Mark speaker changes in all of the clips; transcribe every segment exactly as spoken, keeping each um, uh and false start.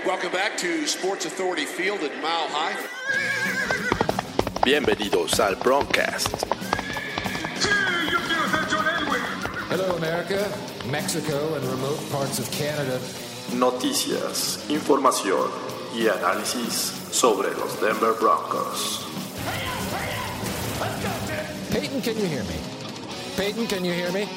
Speaker 1: Welcome back to Sports Authority Field at Mile High.
Speaker 2: Bienvenidos al Broncast.
Speaker 3: Hello, America, Mexico, and remote parts of Canada.
Speaker 2: Noticias, información y análisis sobre los Denver Broncos.
Speaker 3: Peyton, can you hear me? Peyton, can you hear me?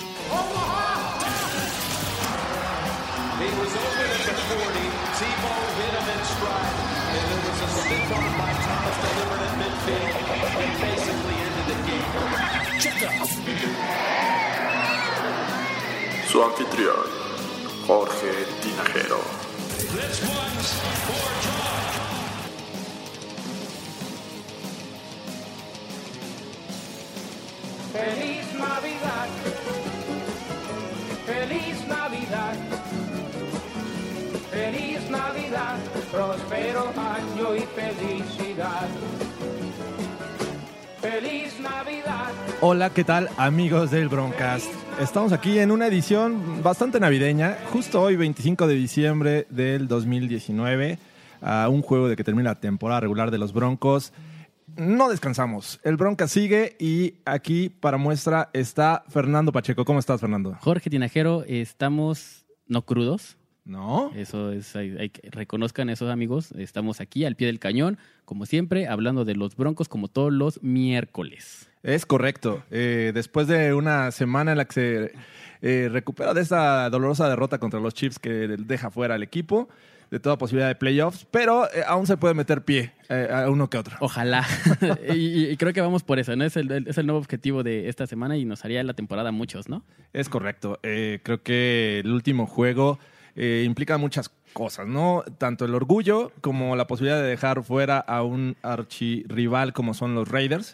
Speaker 4: He was open at the forty. Tebow hit him in stride. And there was a stiff-arm by Thomas delivered at midfield and basically ended the game.
Speaker 3: Check out.
Speaker 2: Su anfitrión, Jorge Tinajero.
Speaker 4: This one's for John.
Speaker 5: Feliz Navidad. Feliz Navidad. Feliz Navidad, próspero año y felicidad. Feliz Navidad.
Speaker 6: Hola, ¿qué tal, amigos del Broncast? Estamos aquí en una edición bastante navideña, justo hoy, veinticinco de diciembre del dos mil diecinueve, a un juego de que termina la temporada regular de los Broncos. No descansamos, el Broncast sigue y aquí para muestra está Fernando Pacheco. ¿Cómo estás, Fernando?
Speaker 7: Jorge Tinajero, estamos no crudos.
Speaker 6: ¿No?
Speaker 7: Eso es, hay, hay que reconozcan esos amigos. Estamos aquí al pie del cañón, como siempre, hablando de los Broncos como todos los miércoles.
Speaker 6: Es correcto. Eh, después de una semana en la que se eh, recupera de esta dolorosa derrota contra los Chiefs que deja fuera al equipo de toda posibilidad de playoffs, pero eh, aún se puede meter pie eh, a uno que otro.
Speaker 7: Ojalá. y, y creo que vamos por eso, ¿no? Es el, es el nuevo objetivo de esta semana y nos haría la temporada a muchos, ¿no?
Speaker 6: Es correcto. Eh, creo que el último juego eh, implica muchas cosas, ¿no? Tanto el orgullo como la posibilidad de dejar fuera a un archirrival como son los Raiders.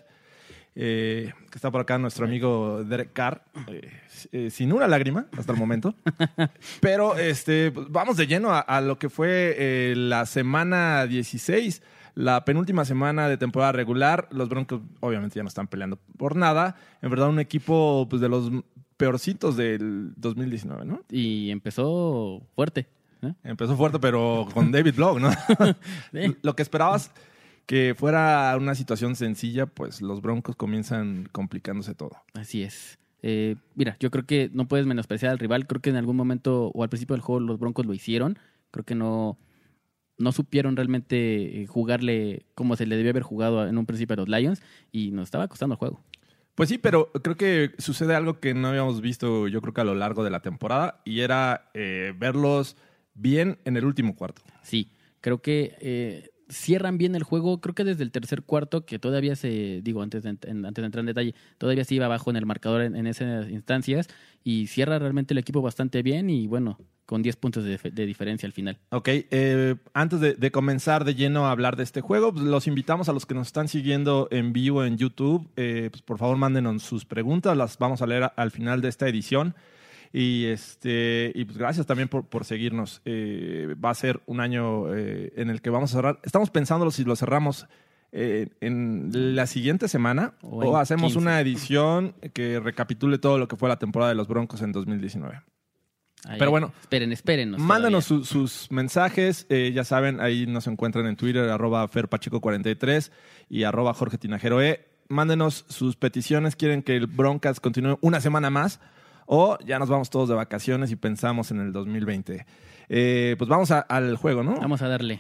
Speaker 6: Eh, que está por acá nuestro amigo Derek Carr, eh, eh, sin una lágrima hasta el momento. Pero este, pues, vamos de lleno a, a lo que fue eh, la semana dieciséis, la penúltima semana de temporada regular. Los Broncos obviamente ya no están peleando por nada. En verdad, un equipo pues, de los peorcitos del dos mil diecinueve, ¿no?
Speaker 7: Y empezó fuerte. ¿eh?
Speaker 6: Empezó fuerte, pero con David Blough, ¿no? Sí. Lo que esperabas que fuera una situación sencilla, pues los Broncos comienzan complicándose todo.
Speaker 7: Así es. Eh, mira, yo creo que no puedes menospreciar al rival. Creo que en algún momento o al principio del juego los Broncos lo hicieron. Creo que no, no supieron realmente jugarle como se le debió haber jugado en un principio a los Lions y nos estaba costando el juego.
Speaker 6: Pues sí, pero creo que sucede algo que no habíamos visto, yo creo que a lo largo de la temporada, y era eh, verlos bien en el último cuarto.
Speaker 7: Sí, creo que eh, cierran bien el juego. Creo que desde el tercer cuarto, que todavía se, digo, antes de, en, antes de entrar en detalle, todavía se iba abajo en el marcador en, en esas instancias, y cierra realmente el equipo bastante bien y bueno, con diez puntos de, de diferencia al final.
Speaker 6: Ok, eh, antes de, de comenzar de lleno a hablar de este juego, pues los invitamos a los que nos están siguiendo en vivo en YouTube, eh, pues por favor mándenos sus preguntas, las vamos a leer a, al final de esta edición. Y este y pues gracias también por, por seguirnos. Eh, va a ser un año eh, en el que vamos a cerrar. Estamos pensándolo si lo cerramos eh, en la siguiente semana o, o hacemos quince. Una edición que recapitule todo lo que fue la temporada de los Broncos en dos mil diecinueve.
Speaker 7: Ahí,
Speaker 6: Pero bueno,
Speaker 7: esperen, espérennos.
Speaker 6: Mándanos su, sus mensajes. Eh, ya saben, ahí nos encuentran en Twitter, arroba ferpacheco cuarenta y tres y arroba Jorge Tinajero E. Mándenos sus peticiones. ¿Quieren que el Broncas continúe una semana más? O ya nos vamos todos de vacaciones y pensamos en el dos mil veinte. Eh, pues vamos a, al juego, ¿no?
Speaker 7: Vamos a darle.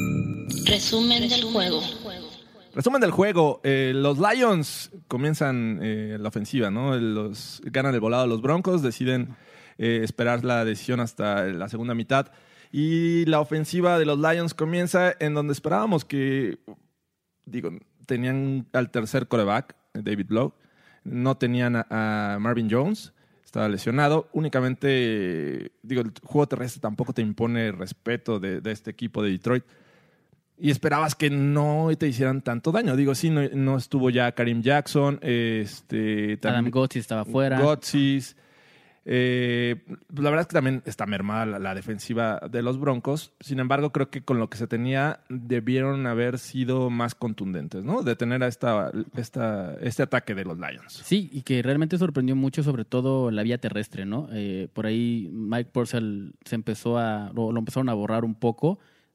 Speaker 8: Resumen del juego.
Speaker 6: Resumen del juego. Eh, los Lions comienzan eh, la ofensiva, ¿no? Los, ganan el volado a los Broncos, deciden eh, esperar la decisión hasta la segunda mitad. Y la ofensiva de los Lions comienza en donde esperábamos que, digo, tenían al tercer quarterback, David Blough. No tenían a, a Marvin Jones. Estaba lesionado. Únicamente, digo, el juego terrestre tampoco te impone respeto de, de este equipo de Detroit. Y esperabas que no te hicieran tanto daño. Digo, sí, no, no estuvo ya Kareem Jackson. Este,
Speaker 7: Adam Gotsis estaba fuera.
Speaker 6: Gotsis. Eh, la verdad es que también está mermada la, la defensiva de los Broncos. Sin embargo, creo que con lo que se tenía debieron haber sido más contundentes, ¿no? Detener a esta, esta, este ataque de los Lions.
Speaker 7: Sí, y que realmente sorprendió mucho, sobre todo la vía terrestre, ¿no? Eh, por ahí Mike Purcell se empezó a, lo, lo empezaron a borrar un poco.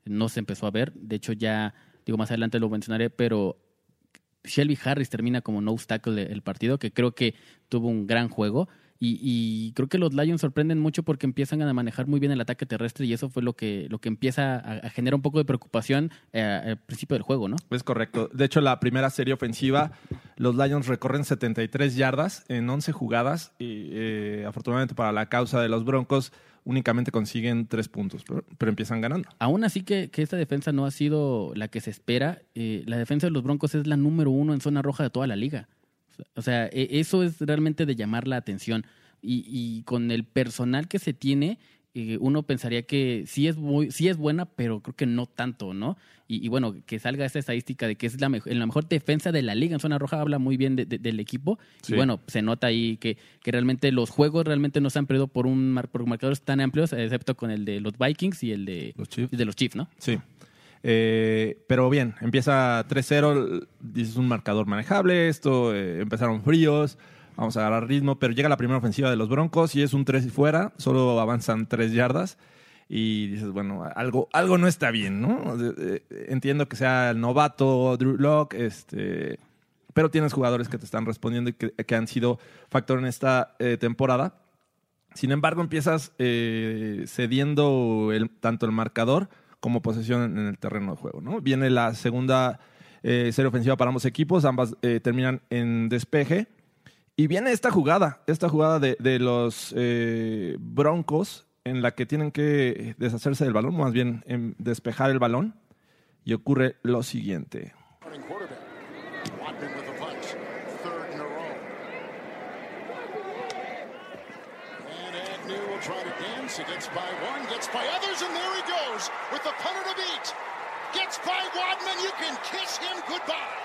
Speaker 7: no se empezó a ver. De hecho, ya, digo, más adelante lo mencionaré, pero Shelby Harris termina como nose tackle el partido, que creo que tuvo un gran juego. Y, y creo que los Lions sorprenden mucho porque empiezan a manejar muy bien el ataque terrestre y eso fue lo que, lo que empieza a, a generar un poco de preocupación eh, al principio del juego, ¿no?
Speaker 6: Es correcto. De hecho, la primera serie ofensiva, los Lions recorren setenta y tres yardas en once jugadas y eh, afortunadamente para la causa de los Broncos únicamente consiguen tres puntos, pero, pero empiezan ganando.
Speaker 7: Aún así que, que esta defensa no ha sido la que se espera. Eh, la defensa de los Broncos es la número uno en zona roja de toda la liga. O sea, eso es realmente de llamar la atención. Y, y con el personal que se tiene, eh, uno pensaría que sí es muy, sí es buena, pero creo que no tanto, ¿no? Y, y bueno, que salga esa estadística de que es la, mejor, la mejor defensa de la liga en zona roja, habla muy bien de, de, del equipo. Sí. Y bueno, se nota ahí que, que realmente los juegos realmente no se han perdido por, un, por marcadores tan amplios, excepto con el de los Vikings y el de
Speaker 6: los Chiefs,
Speaker 7: de los Chiefs, ¿no?
Speaker 6: Sí. Eh, pero bien, empieza tres cero, dices un marcador manejable, esto eh, empezaron fríos, vamos a agarrar ritmo, pero llega la primera ofensiva de los Broncos y es un tres y fuera, solo avanzan tres yardas y dices, bueno, algo, algo no está bien, ¿no? Eh, eh, entiendo que sea el novato Drew Lock, este, pero tienes jugadores que te están respondiendo y que, que han sido factor en esta eh, temporada. Sin embargo, empiezas eh, cediendo el, tanto el marcador como posesión en el terreno de juego, ¿no? Viene la segunda eh, serie ofensiva para ambos equipos, ambas eh, terminan en despeje. Y viene esta jugada, esta jugada de, de los eh, Broncos en la que tienen que deshacerse del balón, más bien en despejar el balón. Y ocurre lo siguiente.
Speaker 9: He gets by one, gets by others, and there he goes with the punter to beat. Gets by Wadman, you can kiss him goodbye.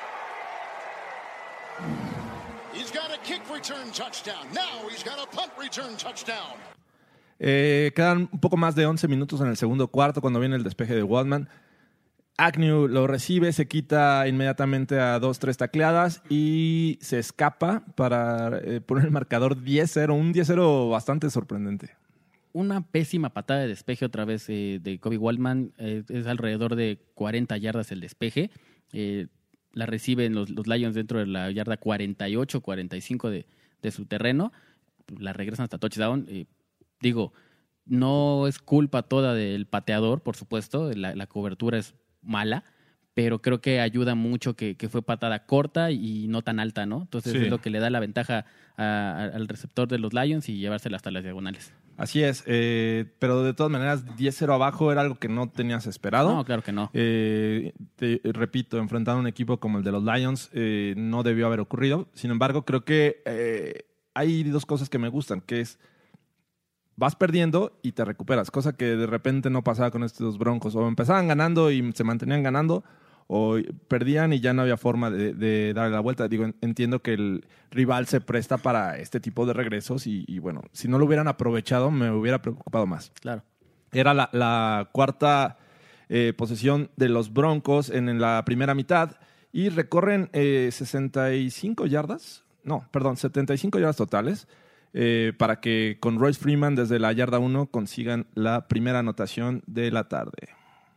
Speaker 9: He's got a kick return touchdown. Now he's got a punt return touchdown.
Speaker 6: Eh, quedan un poco más de once minutos en el segundo cuarto cuando viene el despeje de Wadman. Agnew lo recibe, se quita inmediatamente a dos, tres tacleadas y se escapa para eh, poner el marcador diez cero, un diez cero bastante sorprendente.
Speaker 7: Una pésima patada de despeje otra vez eh, de Kobe Waldman. Eh, es alrededor de cuarenta yardas el despeje. Eh, la reciben los, los Lions dentro de la yarda cuarenta y ocho, cuarenta y cinco de, de su terreno. La regresan hasta touchdown. Eh, digo, no es culpa toda del pateador, por supuesto. La, la cobertura es mala, pero creo que ayuda mucho que, que fue patada corta y no tan alta, ¿no? Entonces sí, es lo que le da la ventaja a, a, al receptor de los Lions y llevársela hasta las diagonales.
Speaker 6: Así es, eh, pero de todas maneras diez cero abajo era algo que no tenías esperado.
Speaker 7: No, claro que no.
Speaker 6: Eh, te repito, enfrentar a un equipo como el de los Lions eh, no debió haber ocurrido. Sin embargo, creo que eh, hay dos cosas que me gustan, que es vas perdiendo y te recuperas, cosa que de repente no pasaba con estos Broncos. O empezaban ganando y se mantenían ganando, o perdían y ya no había forma de, de darle la vuelta. Digo, entiendo que el rival se presta para este tipo de regresos y, y bueno, si no lo hubieran aprovechado me hubiera preocupado más.
Speaker 7: Claro.
Speaker 6: Era la, la cuarta eh, posesión de los Broncos en, en la primera mitad y recorren eh, sesenta y cinco yardas, no, perdón, setenta y cinco yardas totales eh, para que con Royce Freeman desde la yarda uno consigan la primera anotación de la tarde.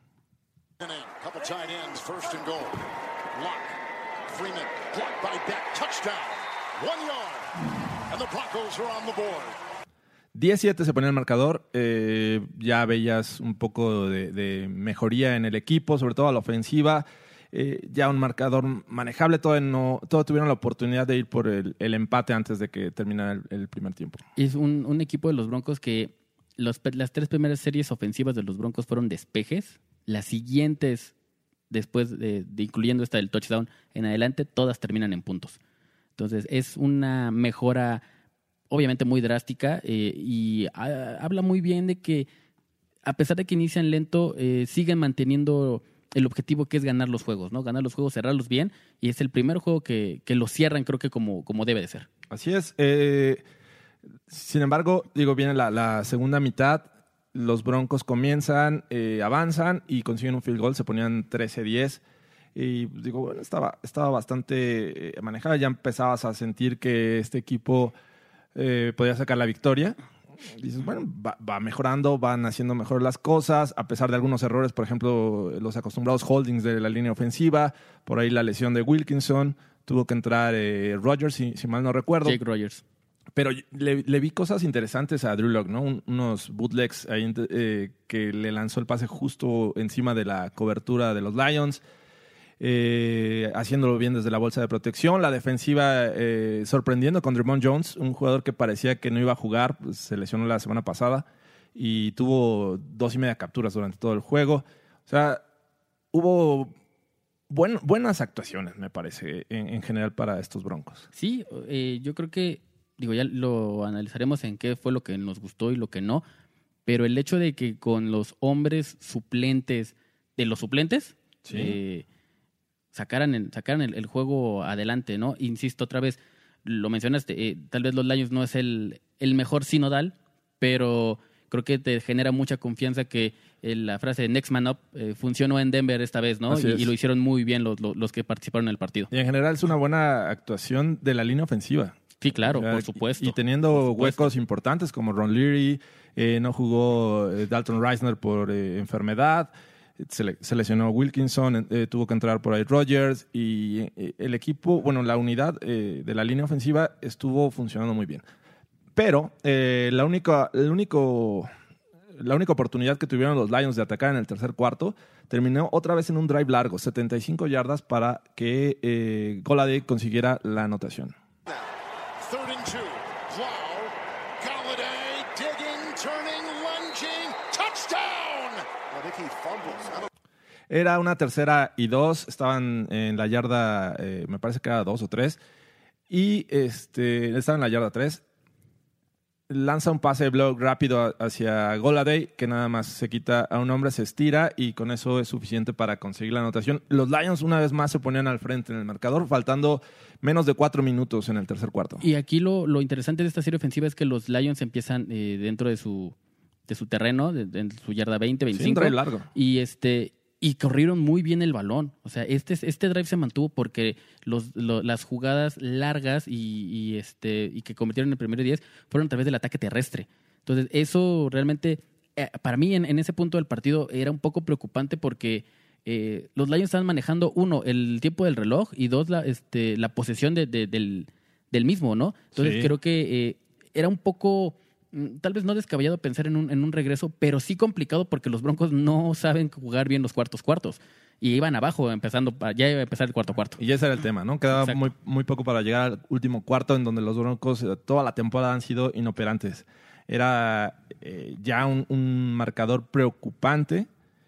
Speaker 9: Couple tight ends, first and goal. Lock, Freeman, blocked by Beck, touchdown, one yard, and the Broncos are on the board.
Speaker 6: diez siete se ponía el marcador, eh, ya veías un poco de, de mejoría en el equipo, sobre todo a la ofensiva, eh, ya un marcador manejable, todavía no, todos tuvieron la oportunidad de ir por el, el empate antes de que terminara el, el primer tiempo.
Speaker 7: Es un, un equipo de los Broncos que los, las tres primeras series ofensivas de los Broncos fueron despejes. Las siguientes, después de, de incluyendo esta del touchdown en adelante, todas terminan en puntos. Entonces es una mejora obviamente muy drástica eh, y a, habla muy bien de que a pesar de que inician lento, eh, siguen manteniendo el objetivo que es ganar los juegos, ¿no? Ganar los juegos, cerrarlos bien, y es el primer juego que, que lo cierran, creo que como, como debe de ser.
Speaker 6: Así es. Eh, sin embargo, digo, viene la, la segunda mitad. Los Broncos comienzan, eh, avanzan y consiguen un field goal, se ponían trece diez. Y digo, bueno, estaba, estaba bastante eh, manejada. Ya empezabas a sentir que este equipo eh, podía sacar la victoria. dices, bueno, va, va mejorando, van haciendo mejor las cosas, a pesar de algunos errores, por ejemplo, los acostumbrados holdings de la línea ofensiva, por ahí la lesión de Wilkinson, tuvo que entrar eh, Rodgers, si, si mal no recuerdo.
Speaker 7: Jake Rodgers.
Speaker 6: Pero le, le vi cosas interesantes a Drew Lock, ¿no? Un, unos bootlegs ahí, eh, que le lanzó el pase justo encima de la cobertura de los Lions, eh, haciéndolo bien desde la bolsa de protección. La defensiva eh, sorprendiendo con Dre'Mont Jones, un jugador que parecía que no iba a jugar, pues, se lesionó la semana pasada y tuvo dos y media capturas durante todo el juego. O sea, hubo buen, buenas actuaciones, me parece, en, en general para estos Broncos.
Speaker 7: Sí, eh, yo creo que Digo, ya lo analizaremos en qué fue lo que nos gustó y lo que no, pero el hecho de que con los hombres suplentes de los suplentes sí. eh, sacaran, el, sacaran el, el juego adelante, ¿no? Insisto, otra vez, lo mencionaste, eh, tal vez los Lions no es el, el mejor sinodal, pero creo que te genera mucha confianza que eh, la frase de Next Man Up eh, funcionó en Denver esta vez, ¿no? Y, y lo hicieron muy bien los, los, los que participaron en el partido.
Speaker 6: Y en general es una buena actuación de la línea ofensiva.
Speaker 7: Sí, claro, o sea, por supuesto.
Speaker 6: Y teniendo
Speaker 7: por supuesto.
Speaker 6: huecos importantes como Ron Leary, eh, no jugó eh, Dalton Reisner por eh, enfermedad, se, le, se lesionó Wilkinson, eh, tuvo que entrar por ahí Rodgers y eh, el equipo, bueno, la unidad eh, de la línea ofensiva estuvo funcionando muy bien. Pero eh, la única, el único, la única oportunidad que tuvieron los Lions de atacar en el tercer cuarto terminó otra vez en un drive largo, setenta y cinco yardas para que eh, Golladay consiguiera la anotación.
Speaker 9: Third and two. Wow. Golladay digging, turning, lunging. Touchdown! I think he fumbles.
Speaker 6: Era una tercera y dos. Estaban en la yarda, eh, me parece que era dos o tres. Y este, estaban en la yarda tres. Lanza un pase de block rápido hacia Golladay, que nada más se quita a un hombre, se estira y con eso es suficiente para conseguir la anotación. Los Lions una vez más se ponían al frente en el marcador, faltando menos de cuatro minutos en el tercer cuarto.
Speaker 7: Y aquí lo, lo interesante de esta serie ofensiva es que los Lions empiezan eh, dentro de su, de su terreno, de, de su yarda veinte, veinticinco.
Speaker 6: Sí, un drive largo.
Speaker 7: Y este... Y corrieron muy bien el balón. O sea, este, este drive se mantuvo porque los, lo, las jugadas largas y, y, este, y que convirtieron en el primer diez fueron a través del ataque terrestre. Entonces, eso realmente, eh, para mí, en, en ese punto del partido era un poco preocupante porque eh, los Lions estaban manejando, uno, el tiempo del reloj y dos, la, este, la posesión de, de, del, del mismo, ¿no? Entonces, sí. creo que eh, era un poco... Tal vez no descabellado pensar en un, en un regreso, pero sí complicado porque los Broncos no saben jugar bien los cuartos cuartos. Y iban abajo, empezando ya iba a empezar el cuarto cuarto.
Speaker 6: Y ese era el tema, ¿no? Quedaba muy, muy poco para llegar al último cuarto, en donde los Broncos toda la temporada han sido inoperantes. Era eh, ya un, un marcador preocupante.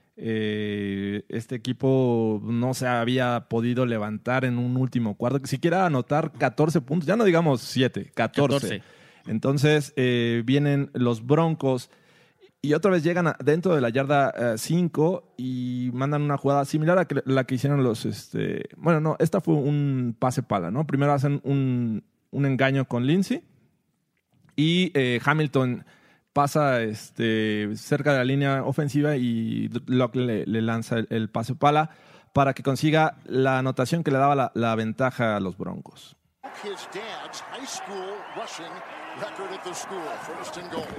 Speaker 6: Eh, este equipo no se había podido levantar en un último cuarto, siquiera anotar catorce puntos, ya no digamos siete, catorce. catorce. Entonces eh, vienen los Broncos y otra vez llegan a, dentro de la yarda cinco uh, y mandan una jugada similar a que, la que hicieron los... Este, bueno, no, esta fue un pase pala, ¿no? Primero hacen un, un engaño con Lindsey y eh, Hamilton pasa este, cerca de la línea ofensiva y Locke le, le lanza el, el pase pala para que consiga la anotación que le daba la, la ventaja a los Broncos.
Speaker 9: His dad's high school rushing record at the school. First and goal.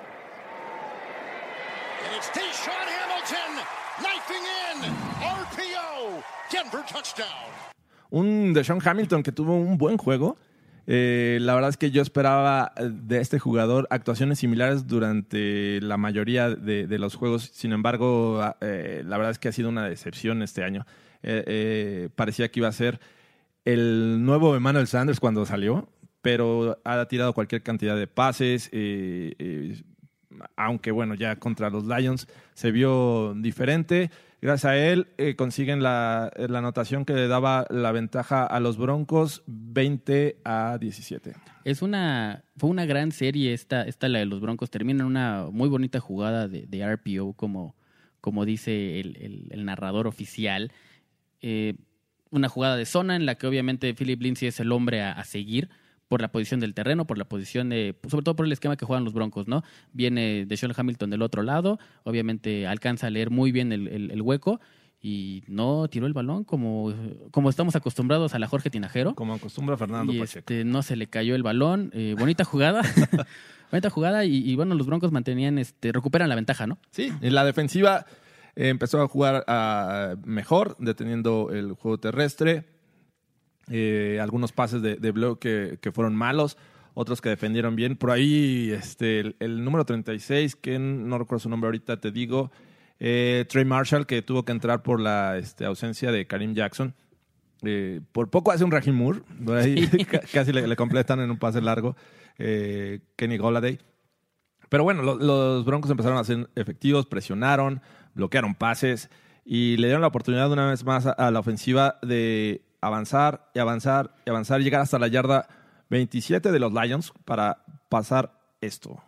Speaker 9: And it's Deshaun Hamilton knifing in. R P O. Denver touchdown.
Speaker 6: Un Deshaun Hamilton que tuvo un buen juego. Eh, la verdad es que yo esperaba de este jugador actuaciones similares durante la mayoría de, de los juegos. Sin embargo, eh, la verdad es que ha sido una decepción este año. Eh, eh, parecía que iba a ser el nuevo Emmanuel Sanders cuando salió, pero ha tirado cualquier cantidad de pases, eh, eh, aunque bueno, ya contra los Lions se vio diferente. Gracias a él eh, consiguen la, la anotación que le daba la ventaja a los Broncos, veinte a diecisiete.
Speaker 7: Es una, fue una gran serie esta, esta la de los Broncos. Termina en una muy bonita jugada de, de R P O, como, como dice el, el, el narrador oficial. Eh, Una jugada de zona en la que obviamente Philip Lindsay es el hombre a, a seguir por la posición del terreno, por la posición de, sobre todo por el esquema que juegan los Broncos, ¿no? Viene Deshaun Hamilton del otro lado, obviamente alcanza a leer muy bien el, el, el hueco y no tiró el balón como, como estamos acostumbrados a la Jorge Tinajero.
Speaker 6: Como acostumbra Fernando
Speaker 7: y
Speaker 6: Pacheco.
Speaker 7: este, no se le cayó el balón. Eh, bonita jugada. bonita jugada y, y bueno, los Broncos mantenían, este, recuperan la ventaja, ¿no?
Speaker 6: Sí, y la defensiva eh, empezó a jugar uh, mejor, deteniendo el juego terrestre. Eh, algunos pases de, de bloque que fueron malos, otros que defendieron bien. Por ahí este, el, el número treinta y seis, que no recuerdo su nombre ahorita, te digo, eh, Trey Marshall, que tuvo que entrar por la este, ausencia de Kareem Jackson. Eh, por poco hace un Raheem Moore, por ahí sí. casi le, le completan en un pase largo eh, Kenny Golladay. Pero bueno, lo, los Broncos empezaron a ser efectivos, presionaron, bloquearon pases y le dieron la oportunidad una vez más a, a la ofensiva de avanzar y avanzar y avanzar, llegar hasta la yarda veintisiete de los Lions para pasar esto.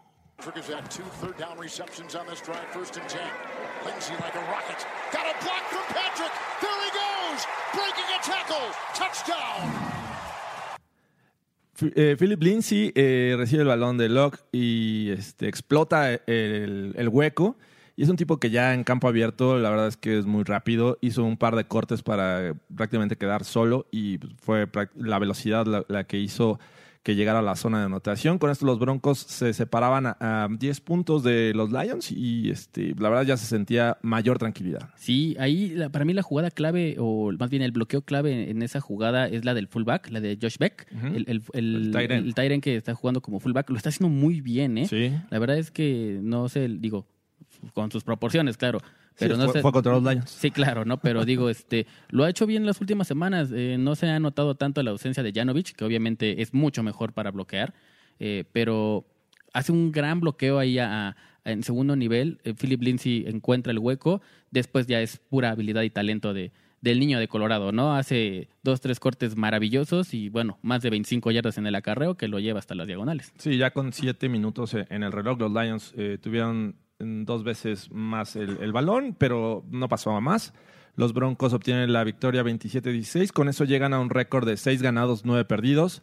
Speaker 6: Eh, Philip Lindsay eh, recibe el balón de Locke y este, explota el, el hueco. Y es un tipo que ya en campo abierto, la verdad es que es muy rápido. Hizo un par de cortes para prácticamente quedar solo y fue la velocidad la, la que hizo que llegara a la zona de anotación. Con esto los Broncos se separaban a, a diez puntos de los Lions y este, la verdad ya se sentía mayor tranquilidad.
Speaker 7: Sí, ahí la, para mí la jugada clave, o más bien el bloqueo clave en esa jugada es la del fullback, la de Josh Beck, uh-huh. el, el, el, el, tight end. el tight end que está jugando como fullback. Lo está haciendo muy bien, ¿eh?
Speaker 6: Sí.
Speaker 7: La verdad es que no sé, digo, con sus proporciones, claro. Pero
Speaker 6: sí,
Speaker 7: no
Speaker 6: fue,
Speaker 7: se,
Speaker 6: fue contra los Lions.
Speaker 7: Sí, claro, ¿no? Pero digo, este, lo ha hecho bien las últimas semanas. Eh, no se ha notado tanto la ausencia de Janovich, que obviamente es mucho mejor para bloquear, eh, pero hace un gran bloqueo ahí a, a, en segundo nivel. Eh, Philip Lindsay encuentra el hueco, después ya es pura habilidad y talento de, del niño de Colorado, ¿no? Hace dos, tres cortes maravillosos y, bueno, más de veinticinco yardas en el acarreo que lo lleva hasta las diagonales.
Speaker 6: Sí, ya con siete minutos en el reloj, los Lions eh, tuvieron dos veces más el, el balón, pero no pasaba más. Los Broncos obtienen la victoria veintisiete dieciséis. Con eso llegan a un récord de seis ganados, nueve perdidos.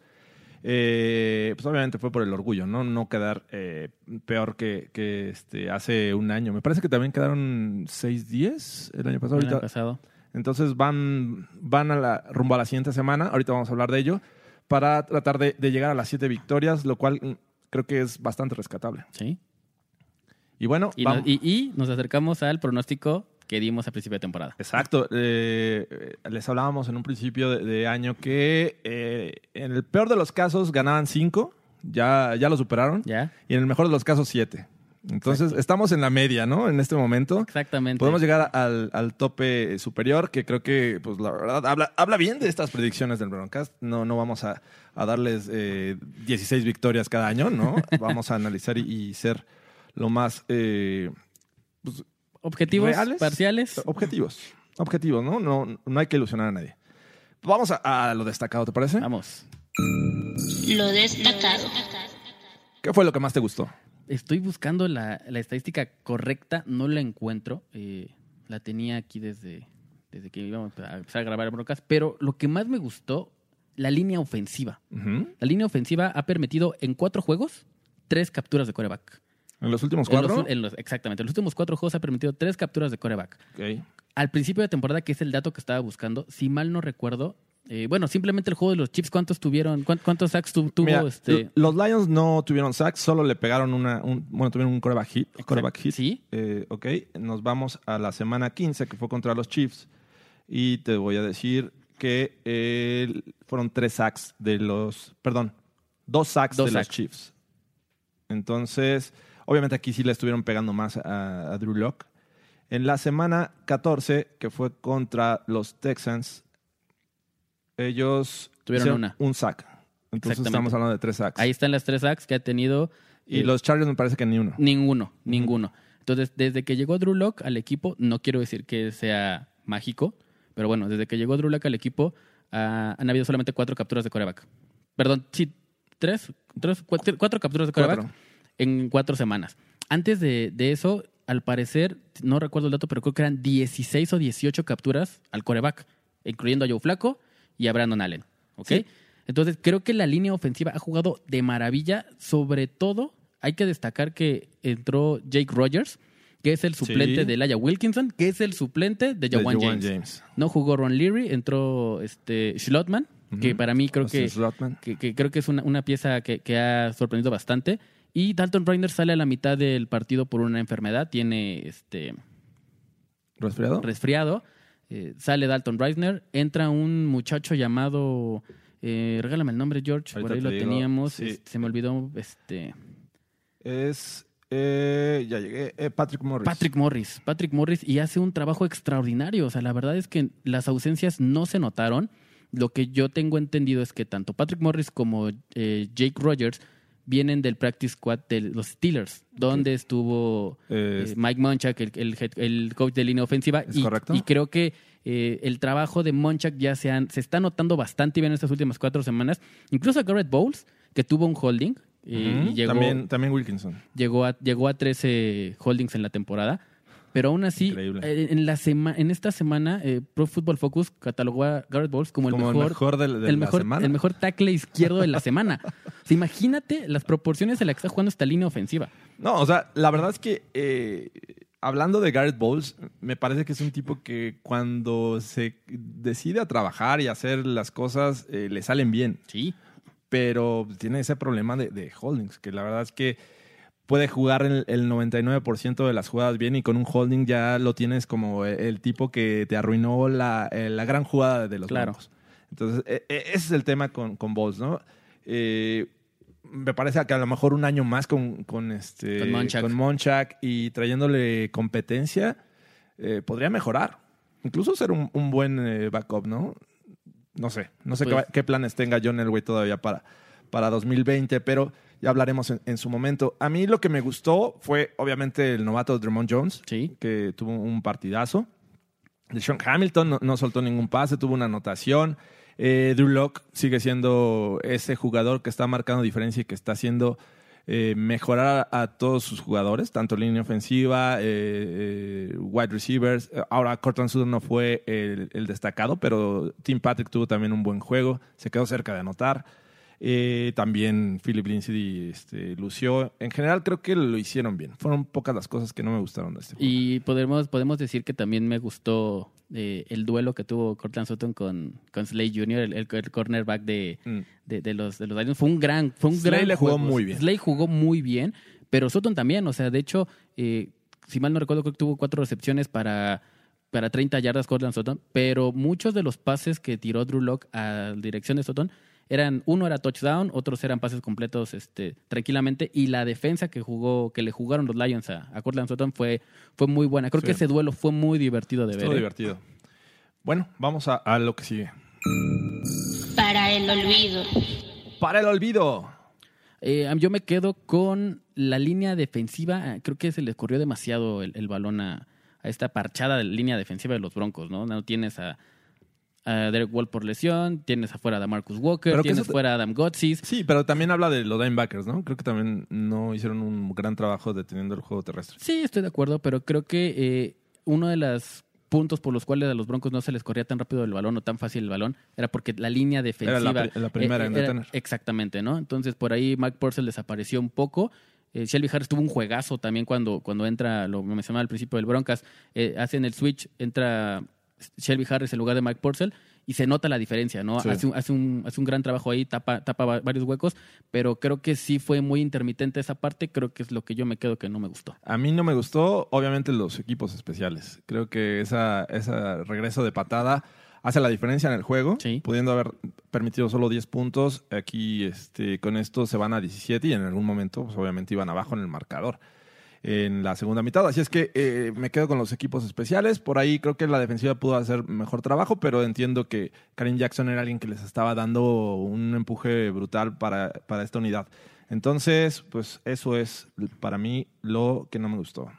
Speaker 6: Eh, pues obviamente fue por el orgullo, ¿no? No quedar eh, peor que, que este, hace un año. Me parece que también quedaron seis diez el año pasado.
Speaker 7: El
Speaker 6: ahorita.
Speaker 7: año pasado.
Speaker 6: Entonces van, van a la, rumbo a la siguiente semana. Ahorita vamos a hablar de ello. Para tratar de, de llegar a las siete victorias, lo cual creo que es bastante rescatable.
Speaker 7: Sí.
Speaker 6: Y bueno,
Speaker 7: y,
Speaker 6: vamos.
Speaker 7: No, y, y nos acercamos al pronóstico que dimos a principio de temporada.
Speaker 6: Exacto. Eh, les hablábamos en un principio de, de año que eh, en el peor de los casos ganaban cinco, ya, ya lo superaron.
Speaker 7: ¿Ya?
Speaker 6: Y en el mejor de los casos siete. Entonces Exacto. estamos en la media, ¿no? En este momento.
Speaker 7: Exactamente.
Speaker 6: Podemos llegar al, al tope superior, que creo que, pues la verdad, habla, habla bien de estas predicciones del Broncast. No, no vamos a, a darles eh, dieciséis victorias cada año, ¿no? Vamos a analizar y, y ser lo más eh, pues,
Speaker 7: objetivos,
Speaker 6: reales,
Speaker 7: parciales.
Speaker 6: Objetivos, objetivos, ¿no? No, no hay que ilusionar a nadie. Vamos a, a lo destacado, ¿te parece?
Speaker 7: Vamos.
Speaker 8: Lo destacado.
Speaker 6: ¿Qué fue lo que más te gustó?
Speaker 7: Estoy buscando la, la estadística correcta, no la encuentro. Eh, la tenía aquí desde, desde que íbamos a empezar a grabar el Broncast, pero lo que más me gustó, la línea ofensiva.
Speaker 6: Uh-huh.
Speaker 7: La línea ofensiva ha permitido en cuatro juegos tres capturas de quarterback.
Speaker 6: ¿En los últimos cuatro?
Speaker 7: En los, en los, exactamente. En los últimos cuatro juegos ha permitido tres capturas de quarterback.
Speaker 6: Okay.
Speaker 7: Al principio de temporada, que es el dato que estaba buscando, si mal no recuerdo, eh, bueno, simplemente el juego de los Chiefs, ¿cuántos tuvieron? ¿Cuántos sacks tu, tuvo?
Speaker 6: Mira,
Speaker 7: este?
Speaker 6: Los Lions no tuvieron sacks, solo le pegaron una, un, bueno, tuvieron un quarterback hit. Quarterback hit.
Speaker 7: Sí.
Speaker 6: Eh, ok, nos vamos a la semana quince, que fue contra los Chiefs. Y te voy a decir que eh, fueron tres sacks de los, perdón, dos sacks
Speaker 7: dos
Speaker 6: de
Speaker 7: sacks.
Speaker 6: los Chiefs. Entonces, obviamente aquí sí le estuvieron pegando más a, a Drew Lock. En la semana catorce, que fue contra los Texans, ellos
Speaker 7: tuvieron una.
Speaker 6: un sack. Entonces estamos hablando de tres sacks.
Speaker 7: Ahí están las tres sacks que ha tenido.
Speaker 6: Y
Speaker 7: eh,
Speaker 6: los Chargers me parece que ni uno.
Speaker 7: Ninguno, uh-huh. ninguno. Entonces, desde que llegó Drew Lock al equipo, no quiero decir que sea mágico, pero bueno, desde que llegó Drew Lock al equipo, uh, han habido solamente cuatro capturas de quarterback. Perdón, sí, tres, tres cuatro, cuatro capturas de quarterback cuatro. en cuatro semanas. Antes de, de eso, al parecer, no recuerdo el dato, pero creo que eran dieciséis o dieciocho capturas al quarterback, incluyendo a Joe Flacco y a Brandon Allen. ¿Ok? Sí. Entonces, creo que la línea ofensiva ha jugado de maravilla. Sobre todo, hay que destacar que entró Jake Rogers, que es el suplente
Speaker 6: Sí.
Speaker 7: de Elijah Wilkinson, que es el suplente de
Speaker 6: De
Speaker 7: Jawan
Speaker 6: Jawan
Speaker 7: James.
Speaker 6: James.
Speaker 7: No jugó Ron Leary, entró este Schlotman, que para mí creo
Speaker 6: Austin
Speaker 7: que,
Speaker 6: Schlotman.
Speaker 7: que, que creo que es una, una pieza que, que ha sorprendido bastante. Y Dalton Reiner sale a la mitad del partido por una enfermedad, tiene este
Speaker 6: ¿Resfriado?
Speaker 7: resfriado. Eh, sale Dalton Reisner, entra un muchacho llamado, eh, regálame el nombre, George,
Speaker 6: Ahorita
Speaker 7: por ahí
Speaker 6: te
Speaker 7: lo
Speaker 6: digo,
Speaker 7: teníamos,
Speaker 6: sí.
Speaker 7: este, se me olvidó, este
Speaker 6: Es... eh, ya llegué. eh, Patrick Morris.
Speaker 7: Patrick Morris, Patrick Morris, y hace un trabajo extraordinario. O sea, la verdad es que las ausencias no se notaron. Lo que yo tengo entendido es que tanto Patrick Morris como eh, Jake Rogers vienen del practice squad de los Steelers, donde estuvo
Speaker 6: Eh,
Speaker 7: eh, Mike Munchak, el, el, head- el coach de línea ofensiva.
Speaker 6: ¿Es
Speaker 7: y,
Speaker 6: correcto?
Speaker 7: y creo que eh, el trabajo de Munchak ya se, han- se está notando bastante bien en estas últimas cuatro semanas. Incluso a Garrett Bowles, que tuvo un holding. eh,
Speaker 6: Ujú,
Speaker 7: y llegó,
Speaker 6: también, también Wilkinson.
Speaker 7: llegó a, llegó a trece holdings en la temporada. Pero aún así,
Speaker 6: Increíble.
Speaker 7: eh, en, la sema, en esta semana, eh, Pro Football Focus catalogó a Garrett Bowles como el
Speaker 6: Como
Speaker 7: mejor,
Speaker 6: el mejor del- de
Speaker 7: el
Speaker 6: la
Speaker 7: mejor,
Speaker 6: semana.
Speaker 7: el mejor tackle izquierdo de la semana. O sea, imagínate las proporciones en las que está jugando esta línea ofensiva.
Speaker 6: No, o sea, la verdad es que eh, hablando de Garrett Bowles, me parece que es un tipo que cuando se decide a trabajar y hacer las cosas, eh, le salen bien.
Speaker 7: Sí.
Speaker 6: Pero tiene ese problema de, de holdings, que la verdad es que puede jugar el, el noventa y nueve por ciento de las jugadas bien y con un holding ya lo tienes como el tipo que te arruinó la, eh, la gran jugada de los
Speaker 7: Claro.
Speaker 6: Broncos. Entonces, eh, eh, ese es el tema con, con Bowles, ¿no? Eh, me parece que a lo mejor un año más con, con, este,
Speaker 7: Con Munchak.
Speaker 6: con Munchak y trayéndole competencia, eh, podría mejorar. Incluso ser un, un buen eh, backup, ¿no? No sé. No sé
Speaker 7: Pues-
Speaker 6: qué, va- qué planes tenga John Elway todavía para, para dos mil veinte, pero ya hablaremos en, en su momento. A mí lo que me gustó fue, obviamente, el novato Drummond Jones,
Speaker 7: Sí.
Speaker 6: que tuvo un partidazo. Deshaun Hamilton no, no soltó ningún pase, tuvo una anotación. Eh, Drew Lock sigue siendo ese jugador que está marcando diferencia y que está haciendo eh, mejorar a, a todos sus jugadores, tanto línea ofensiva, eh, eh, wide receivers. Ahora Cortland Sutton no fue el, el destacado, pero Tim Patrick tuvo también un buen juego, se quedó cerca de anotar. Eh, también Philip Lindsay este, lució. En general creo que lo hicieron bien. Fueron pocas las cosas que no me gustaron de este juego.
Speaker 7: Y podemos, podemos decir que también me gustó eh, el duelo que tuvo Cortland Sutton con, con Slay junior, el, el, el cornerback de,
Speaker 6: Mm.
Speaker 7: de, de los, de los Lions. Fue un gran, fue un
Speaker 6: Slay
Speaker 7: gran
Speaker 6: le jugó
Speaker 7: juego.
Speaker 6: muy bien.
Speaker 7: Slay jugó muy bien, pero Sutton también. O sea, de hecho, eh, si mal no recuerdo, creo que tuvo cuatro recepciones para, para treinta yardas Cortland Sutton, pero muchos de los pases que tiró Drew Lock a dirección de Sutton eran, uno era touchdown, otros eran pases completos este, tranquilamente, y la defensa que jugó, que le jugaron los Lions a, a Cortland Sutton fue, fue muy buena. Creo
Speaker 6: Sí.
Speaker 7: que ese duelo fue muy divertido de
Speaker 6: Estuvo
Speaker 7: ver. ¿eh?
Speaker 6: divertido. Bueno, vamos a, a lo que sigue.
Speaker 8: Para el olvido.
Speaker 6: Para el olvido.
Speaker 7: Eh, yo me quedo con la línea defensiva. Creo que se les corrió demasiado el, el balón a, a esta parchada de línea defensiva de los Broncos, ¿no? No tienes a, a Derek Wall por lesión, tienes afuera a Marcus Walker,
Speaker 6: Pero que
Speaker 7: tienes
Speaker 6: eso te-
Speaker 7: fuera a Adam Gotsis.
Speaker 6: Sí, pero también habla de los linebackers, ¿no? Creo que también no hicieron un gran trabajo deteniendo el juego terrestre.
Speaker 7: Sí, estoy de acuerdo, pero creo que eh, uno de los puntos por los cuales a los Broncos no se les corría tan rápido el balón o tan fácil el balón era porque la línea defensiva...
Speaker 6: Era la pri- la primera en
Speaker 7: era-
Speaker 6: detener.
Speaker 7: Exactamente, ¿no? Entonces por ahí Mike Purcell desapareció un poco. Eh, Shelby Harris tuvo un juegazo también cuando, cuando entra, lo mencionaba al principio del Broncas, eh, hacen el switch, entra Shelby Harris en lugar de Mike Purcell y se nota la diferencia, ¿no?
Speaker 6: Sí.
Speaker 7: Hace, un, hace, un, hace un gran trabajo ahí, tapa, tapa va- varios huecos, pero creo que sí fue muy intermitente esa parte, creo que es lo que yo me quedo que no me gustó.
Speaker 6: A mí no me gustó, obviamente, los equipos especiales. Creo que esa, ese regreso de patada hace la diferencia en el juego,
Speaker 7: Sí.
Speaker 6: pudiendo haber permitido solo diez puntos. Aquí este, con esto se van a diecisiete y en algún momento, pues, obviamente, iban abajo en el marcador en la segunda mitad. Así es que eh, me quedo con los equipos especiales. Por ahí creo que la defensiva pudo hacer mejor trabajo, pero entiendo que Kareem Jackson era alguien que les estaba dando un empuje brutal para, para esta unidad. Entonces, pues eso es para mí lo que no me gustó.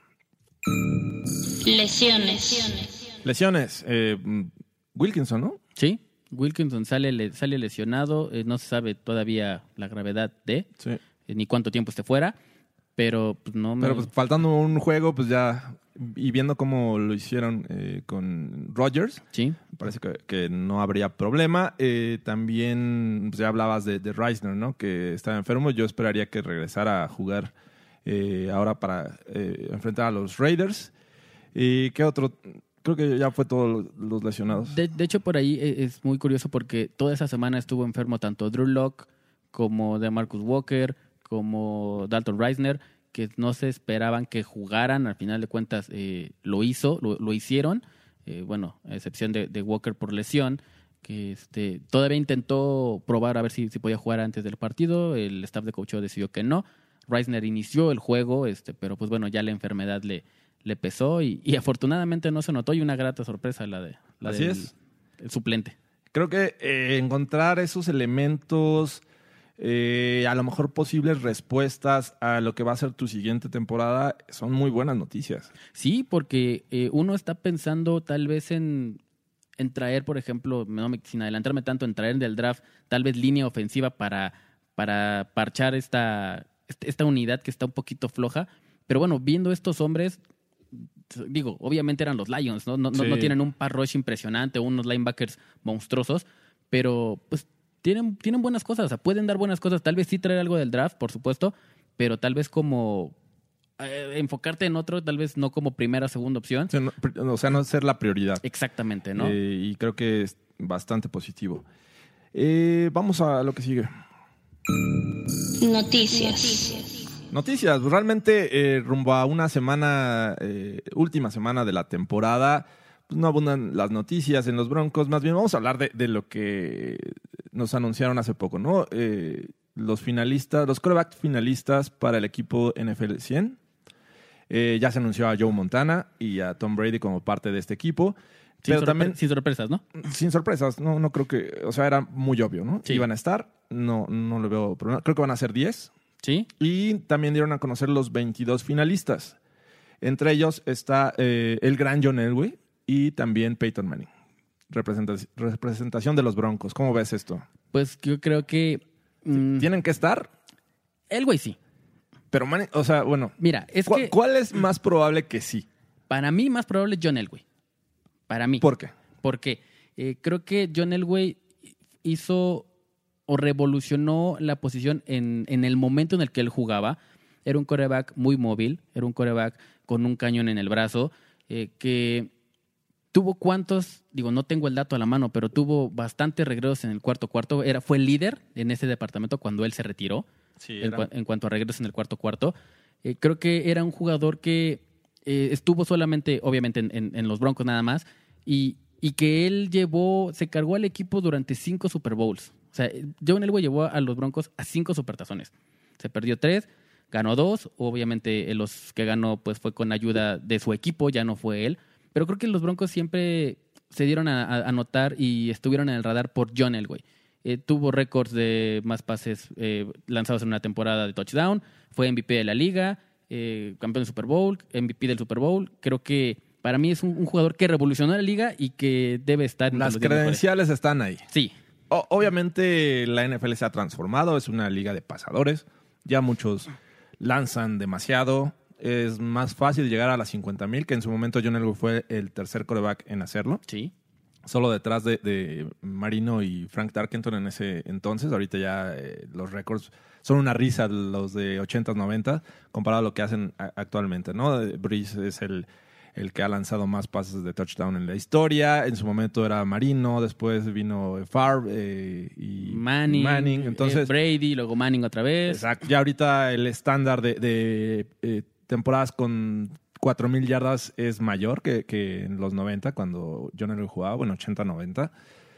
Speaker 8: Lesiones.
Speaker 6: Lesiones. Eh, Wilkinson, ¿no?
Speaker 7: Sí, Wilkinson sale, le- sale lesionado, eh, no se sabe todavía la gravedad de,
Speaker 6: Sí.
Speaker 7: eh, ni cuánto tiempo esté fuera, pero pues no me...
Speaker 6: Pero pues faltando un juego, pues ya, y viendo cómo lo hicieron eh, con Rodgers,
Speaker 7: sí,
Speaker 6: me parece que, que no habría problema. Eh, también pues, ya hablabas de, de Reisner, ¿no? Que estaba enfermo. Yo esperaría que regresara a jugar eh, ahora para eh, enfrentar a los Raiders. ¿Y qué otro? Creo que ya fue todos los lesionados.
Speaker 7: De, de hecho, por ahí es muy curioso porque toda esa semana estuvo enfermo tanto Drew Lock como DeMarcus Walker, como Dalton Reisner, que no se esperaban que jugaran. Al final de cuentas, eh, lo hizo, lo, lo hicieron. Eh, bueno, a excepción de, de Walker por lesión, que este todavía intentó probar a ver si, si podía jugar antes del partido. El staff de coaching decidió que no. Reisner inició el juego, este, pero pues bueno, ya la enfermedad le... le pesó y, y afortunadamente no se notó, y una grata sorpresa la de la
Speaker 6: Así
Speaker 7: del
Speaker 6: es.
Speaker 7: el suplente.
Speaker 6: Creo que eh, encontrar esos elementos, eh, a lo mejor posibles respuestas a lo que va a ser tu siguiente temporada, son muy buenas noticias.
Speaker 7: Sí, porque eh, uno está pensando tal vez en, en traer, por ejemplo, no me, sin adelantarme tanto, en traer del draft tal vez línea ofensiva para, para parchar esta, esta unidad que está un poquito floja. Pero bueno, viendo estos hombres, digo, obviamente eran los Lions, ¿no? No, sí. no, no tienen un pass rush impresionante o unos linebackers monstruosos, pero pues tienen, tienen buenas cosas, o sea, pueden dar buenas cosas. Tal vez sí traer algo del draft, por supuesto, pero tal vez como eh, enfocarte en otro, tal vez no como primera o segunda opción.
Speaker 6: O sea, no, o sea, no ser la prioridad.
Speaker 7: Exactamente, ¿no?
Speaker 6: Eh, y creo que es bastante positivo. Eh, vamos a lo que sigue.
Speaker 8: Noticias.
Speaker 6: Noticias, realmente eh, rumbo a una semana, eh, última semana de la temporada, pues no abundan las noticias en los Broncos. Más bien vamos a hablar de, de lo que nos anunciaron hace poco, ¿no? Eh, los finalistas, los quarterback finalistas para el equipo N F L cien. Eh, ya se anunció a Joe Montana y a Tom Brady como parte de este equipo.
Speaker 7: Sin,
Speaker 6: pero
Speaker 7: sorpre-
Speaker 6: también,
Speaker 7: sin sorpresas, ¿no?
Speaker 6: Sin sorpresas, no, no creo que, o sea, era muy obvio, ¿no?
Speaker 7: Sí.
Speaker 6: Iban a estar, no, no le veo problema. Creo que van a ser diez.
Speaker 7: Sí.
Speaker 6: Y también dieron a conocer los veintidós finalistas. Entre ellos está eh, el gran John Elway y también Peyton Manning. Representación, representación de los Broncos. ¿Cómo ves esto?
Speaker 7: Pues yo creo que... Mmm,
Speaker 6: ¿Tienen que estar?
Speaker 7: Elway sí.
Speaker 6: Pero Manning, o sea, bueno.
Speaker 7: Mira, es
Speaker 6: ¿cu-
Speaker 7: que...
Speaker 6: ¿Cuál es más probable que sí?
Speaker 7: Para mí, más probable es John Elway. Para mí.
Speaker 6: ¿Por qué?
Speaker 7: Porque eh, creo que John Elway hizo... o revolucionó la posición en, en el momento en el que él jugaba. Era un quarterback muy móvil, era un quarterback con un cañón en el brazo, eh, que tuvo cuantos, digo, no tengo el dato a la mano, pero tuvo bastantes regresos en el cuarto cuarto. Era, fue el líder en ese departamento cuando él se retiró,
Speaker 6: Sí,
Speaker 7: en, cua- en cuanto a regresos en el cuarto cuarto. Eh, creo que era un jugador que eh, estuvo solamente, obviamente, en, en, en los Broncos nada más, y, y que él llevó, se cargó al equipo durante cinco Super Bowls. O sea, John Elway llevó a los Broncos a cinco supertazones. Se perdió tres, ganó dos. Obviamente, los que ganó pues fue con ayuda de su equipo, ya no fue él. Pero creo que los Broncos siempre se dieron a, a, a notar y estuvieron en el radar por John Elway. Eh, tuvo récords de más pases eh, lanzados en una temporada de touchdown. Fue M V P de la liga, eh, campeón del Super Bowl, M V P del Super Bowl. Creo que para mí es un, un jugador que revolucionó la liga y que debe estar en
Speaker 6: Las
Speaker 7: los diez mejores.
Speaker 6: credenciales están ahí.
Speaker 7: Sí.
Speaker 6: O- obviamente la N F L se ha transformado, es una liga de pasadores. Ya muchos lanzan demasiado. Es más fácil llegar a las cincuenta mil, que en su momento John Elway fue el tercer quarterback en hacerlo.
Speaker 7: Sí.
Speaker 6: Solo detrás de, de Marino y Frank Tarkenton en ese entonces. Ahorita ya eh, los récords son una risa, los de ochentas, noventas, comparado a lo que hacen a- actualmente, ¿no? Breeze es el, el que ha lanzado más pases de touchdown en la historia. En su momento era Marino, después vino Favre eh, y
Speaker 7: Manning,
Speaker 6: Manning. Entonces,
Speaker 7: eh, Brady, luego Manning otra vez.
Speaker 6: exacto. Ya ahorita el estándar de, de eh, temporadas con cuatro mil yardas es mayor que, que en los noventa, cuando John Elway jugaba, bueno, ochenta, noventa.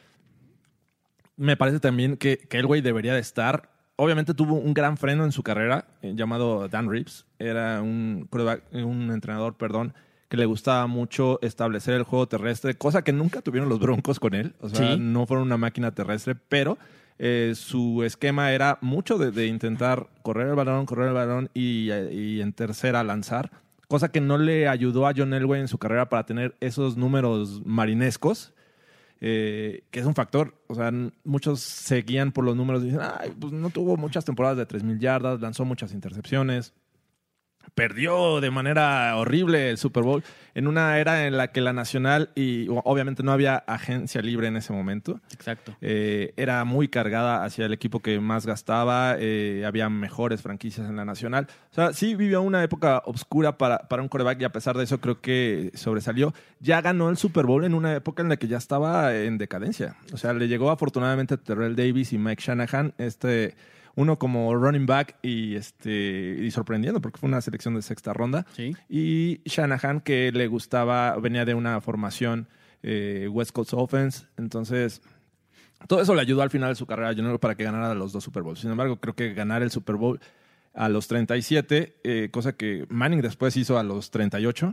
Speaker 6: Me parece también que, que Elway debería de estar. Obviamente tuvo un gran freno en su carrera, eh, llamado Dan Reeves. Era un, quarterback- un entrenador, perdón, que le gustaba mucho establecer el juego terrestre, cosa que nunca tuvieron los Broncos con él. O sea,
Speaker 7: Sí.
Speaker 6: no fueron una máquina terrestre, pero eh, su esquema era mucho de, de intentar correr el balón, correr el balón y, y en tercera lanzar, cosa que no le ayudó a John Elway en su carrera para tener esos números marinescos, eh, que es un factor. O sea, n- muchos se guían por los números y dicen, ay, pues no tuvo muchas temporadas de tres mil yardas, lanzó muchas intercepciones. perdió de manera horrible el Super Bowl en una era en la que la nacional y obviamente no había agencia libre en ese momento.
Speaker 7: Exacto.
Speaker 6: Eh, era muy cargada hacia el equipo que más gastaba, eh, había mejores franquicias en la nacional. O sea, sí vivió una época oscura para, para un quarterback y a pesar de eso creo que sobresalió. Ya ganó el Super Bowl en una época en la que ya estaba en decadencia. O sea, le llegó afortunadamente Terrell Davis y Mike Shanahan, este... uno como running back y este y sorprendiendo porque fue una selección de sexta ronda.
Speaker 7: Sí.
Speaker 6: Y Shanahan, que le gustaba, venía de una formación eh, West Coast Offense. Entonces, todo eso le ayudó al final de su carrera, yo no creo, para que ganara los dos Super Bowls. Sin embargo, creo que ganar el Super Bowl a los treinta y siete, eh, cosa que Manning después hizo a los treinta y ocho.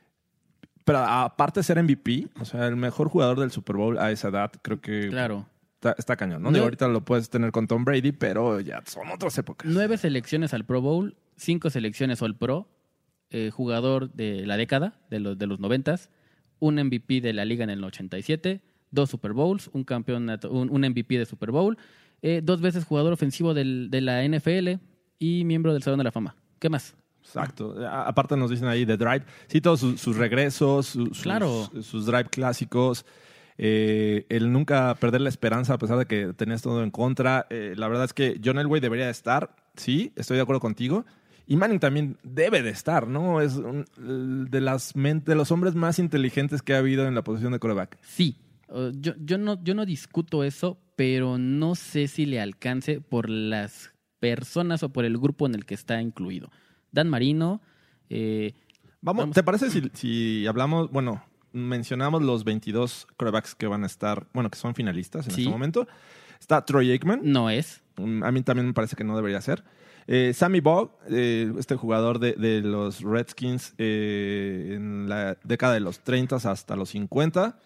Speaker 6: Pero aparte de ser M V P, o sea, el mejor jugador del Super Bowl a esa edad, creo que...
Speaker 7: Claro.
Speaker 6: Está, está cañón, ¿no?
Speaker 7: No.
Speaker 6: Digo, ahorita lo puedes tener con Tom Brady, pero ya son otras épocas.
Speaker 7: Nueve selecciones al Pro Bowl, cinco selecciones All Pro, eh, jugador de la década, de los, de los noventas, un M V P de la liga en el ochenta y siete, dos Super Bowls, un campeonato, un, un M V P de Super Bowl, eh, dos veces jugador ofensivo del, de la N F L y miembro del Salón de la Fama. ¿Qué más?
Speaker 6: Exacto. A- aparte nos dicen ahí de Drive. Sí, todos sus, sus regresos, su- sus,
Speaker 7: Claro.
Speaker 6: sus Drive clásicos. Eh, el nunca perder la esperanza a pesar de que tenías todo en contra. Eh, la verdad es que John Elway debería de estar. Sí, estoy de acuerdo contigo. Y Manning también debe de estar, ¿no? Es un- de, las men- de los hombres más inteligentes que ha habido en la posición de quarterback.
Speaker 7: Sí, uh, yo, yo, no, yo no discuto eso, pero no sé si le alcance por las personas o por el grupo en el que está incluido. Dan Marino. Eh,
Speaker 6: Vamos,
Speaker 7: Vamos.
Speaker 6: ¿te parece si, si hablamos, bueno, mencionamos los veintidós quarterbacks que van a estar, bueno, que son finalistas en
Speaker 7: Sí.
Speaker 6: este momento? Está Troy Aikman.
Speaker 7: no es.
Speaker 6: A mí también me parece que no debería ser. Eh, Sammy Baugh, eh, este jugador de, de los Redskins eh, en la década de los treinta hasta los cincuenta.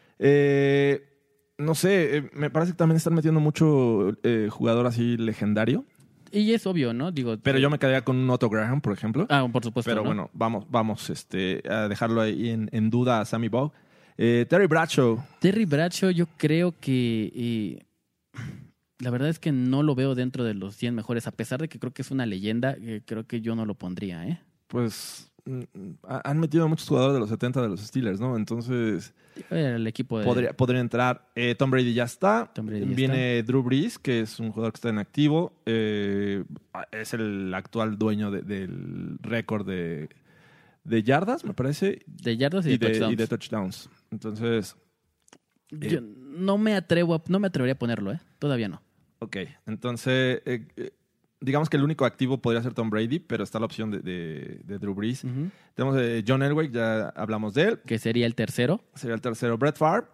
Speaker 6: Eh, no sé, eh, me parece que también están metiendo mucho eh, jugador así legendario.
Speaker 7: Y es obvio, ¿no? Digo,
Speaker 6: Pero yo me quedaría con un Otto Graham, por ejemplo.
Speaker 7: Ah, por supuesto.
Speaker 6: Pero
Speaker 7: ¿no?
Speaker 6: bueno, vamos, vamos este, a dejarlo ahí en, en duda a Sammy Baugh. Eh, Terry Bradshaw.
Speaker 7: Terry Bradshaw, yo creo que. eh, la verdad es que no lo veo dentro de los cien mejores, a pesar de que creo que es una leyenda, eh, creo que yo no lo pondría, ¿eh?
Speaker 6: Pues mm, ha- han metido a muchos jugadores de los setenta de los Steelers, ¿no? Entonces
Speaker 7: El equipo de.
Speaker 6: podría, podría entrar. Eh, Tom Brady ya está.
Speaker 7: Tom Brady ya
Speaker 6: Viene Drew Brees, que es un jugador que está en activo. Eh, es el actual dueño de- del récord de, de yardas, me parece.
Speaker 7: De yardas y,
Speaker 6: Y
Speaker 7: de,
Speaker 6: de,
Speaker 7: touchdowns.
Speaker 6: y de touchdowns. Entonces,
Speaker 7: Yo no me atrevo, a- no me atrevería a ponerlo, ¿eh? Todavía no.
Speaker 6: ok. Entonces, eh, eh, digamos que el único activo podría ser Tom Brady, pero está la opción de, de, de Drew Brees.
Speaker 7: Ujú.
Speaker 6: Tenemos eh, John Elway, ya hablamos de él.
Speaker 7: Que sería el tercero.
Speaker 6: Sería el tercero. Brett Favre.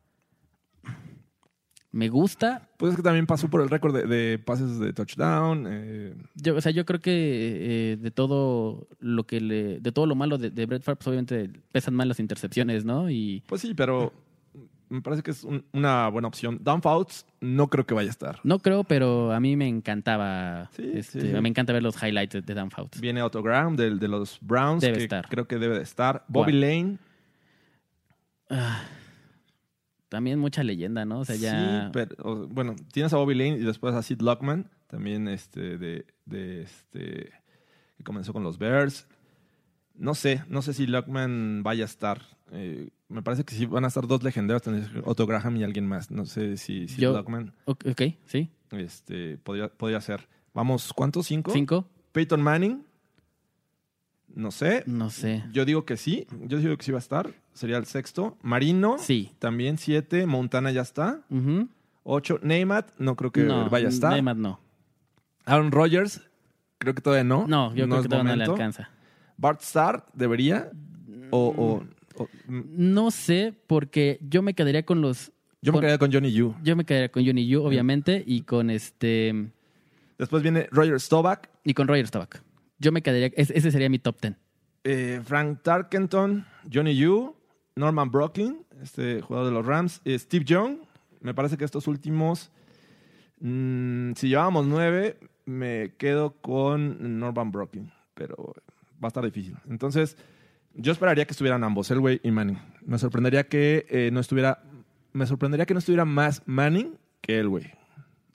Speaker 7: Me gusta.
Speaker 6: Pues es que también pasó por el récord de, de pases de touchdown. Eh,
Speaker 7: Yo, o sea, yo creo que eh, de todo lo que le, de todo lo malo de, de Brett Favre, pues obviamente pesan mal las intercepciones, ¿no? Y
Speaker 6: pues sí, pero me parece que es un- una buena opción. Down Fouts no creo que vaya a estar.
Speaker 7: no creo, pero a mí me encantaba.
Speaker 6: Sí,
Speaker 7: este,
Speaker 6: sí, sí.
Speaker 7: Me encanta ver los highlights de, de Dan Fouts.
Speaker 6: Viene Otto Graham del, de los Browns,
Speaker 7: Debe
Speaker 6: que
Speaker 7: estar.
Speaker 6: creo que debe de estar. Bobby
Speaker 7: ¿Cuál?
Speaker 6: Lane.
Speaker 7: Ah, también mucha leyenda, ¿no? O sea, ya.
Speaker 6: Sí, pero o- bueno, tienes a Bobby Lane y después a Sid Luckman, también este de, de este que comenzó con los Bears. No sé, no sé si Luckman vaya a estar. Eh, me parece que sí van a estar dos legendarios, tendría que ser Otto Graham y alguien más. No sé si, si
Speaker 7: Yo-
Speaker 6: Luckman
Speaker 7: Ok, ok, sí.
Speaker 6: este, podría, podría ser. Vamos, ¿cuántos? ¿Cinco?
Speaker 7: ¿Cinco?
Speaker 6: Peyton Manning. No sé.
Speaker 7: No sé.
Speaker 6: Yo digo que sí. Yo digo que sí va a estar. Sería el sexto. Marino.
Speaker 7: Sí.
Speaker 6: También siete. Montana ya está.
Speaker 7: Ujú.
Speaker 6: Ocho. Neymat. No creo que
Speaker 7: No,
Speaker 6: vaya a estar.
Speaker 7: Neymar no.
Speaker 6: Aaron Rodgers. Creo que todavía no.
Speaker 7: No, yo creo
Speaker 6: es
Speaker 7: que todavía no le
Speaker 6: momento.
Speaker 7: alcanza.
Speaker 6: Bart Starr debería. O, o- o- mm,
Speaker 7: No sé, porque yo me quedaría con los.
Speaker 6: yo me
Speaker 7: con-
Speaker 6: quedaría con Johnny Yu.
Speaker 7: Yo me quedaría con Johnny Yu, obviamente, y con este.
Speaker 6: Después viene Roger Staubach.
Speaker 7: Y con Roger Staubach. Yo me quedaría. es- Ese sería mi top ten.
Speaker 6: eh, Frank Tarkenton. Johnny Yu. Norman Brocklin. Este jugador de los Rams. eh, Steve Young. Me parece que estos últimos. mm, si llevábamos nueve, me quedo con Norman Brocklin. Pero va a estar difícil. Entonces, yo esperaría que estuvieran ambos, Elway y Manning. Me sorprendería que eh, no estuviera. Me sorprendería que no estuviera más Manning que Elway.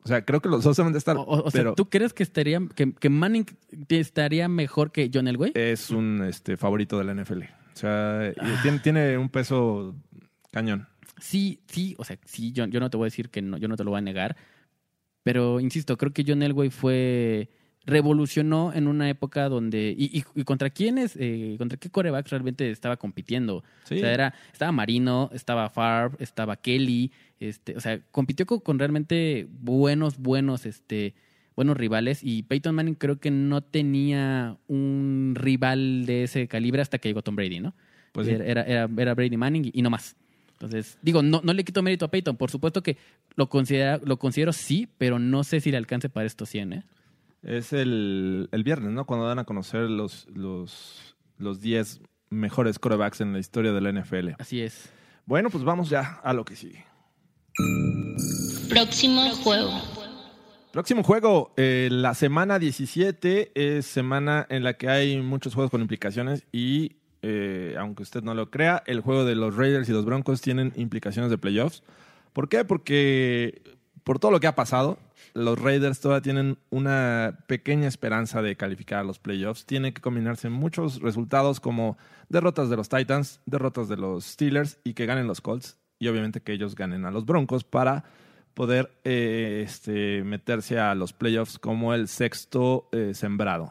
Speaker 6: O sea, creo que los dos deben de estar.
Speaker 7: O, o
Speaker 6: pero
Speaker 7: sea, ¿tú crees que estaría que, que Manning estaría mejor que John Elway?
Speaker 6: Es un este, favorito de la N F L. O sea, ah. tiene, tiene un peso cañón.
Speaker 7: Sí, sí, o sea, sí, yo, yo no te voy a decir que no, yo no te lo voy a negar. Pero, insisto, creo que John Elway fue... revolucionó en una época donde... ¿Y, y, y contra quiénes? Eh, ¿Contra qué quarterbacks realmente estaba compitiendo?
Speaker 6: Sí.
Speaker 7: O sea, era, estaba Marino, estaba Favre, estaba Kelly. Este, o sea, compitió con, con realmente buenos, buenos, este, buenos rivales. Y Peyton Manning creo que no tenía un rival de ese calibre hasta que llegó Tom Brady, ¿no?
Speaker 6: Pues sí.
Speaker 7: Era, era, era Brady Manning y, y no más. Entonces, digo, no, no le quito mérito a Peyton. Por supuesto que lo, considera, lo considero sí, pero no sé si le alcance para estos cien, ¿eh?
Speaker 6: Es el, el viernes, ¿no? Cuando dan a conocer los, los, los diez mejores quarterbacks en la historia de la N F L.
Speaker 7: Así es.
Speaker 6: Bueno, pues vamos ya a lo que sigue.
Speaker 8: Próximo juego.
Speaker 6: Próximo juego. Eh, la semana diecisiete es semana en la que hay muchos juegos con implicaciones y, eh, aunque usted no lo crea, el juego de los Raiders y los Broncos tienen implicaciones de playoffs. ¿Por qué? Porque por todo lo que ha pasado, los Raiders todavía tienen una pequeña esperanza de calificar a los playoffs. Tiene que combinarse muchos resultados como derrotas de los Titans, derrotas de los Steelers y que ganen los Colts. Y obviamente que ellos ganen a los Broncos para poder eh, este, meterse a los playoffs como el sexto eh, sembrado.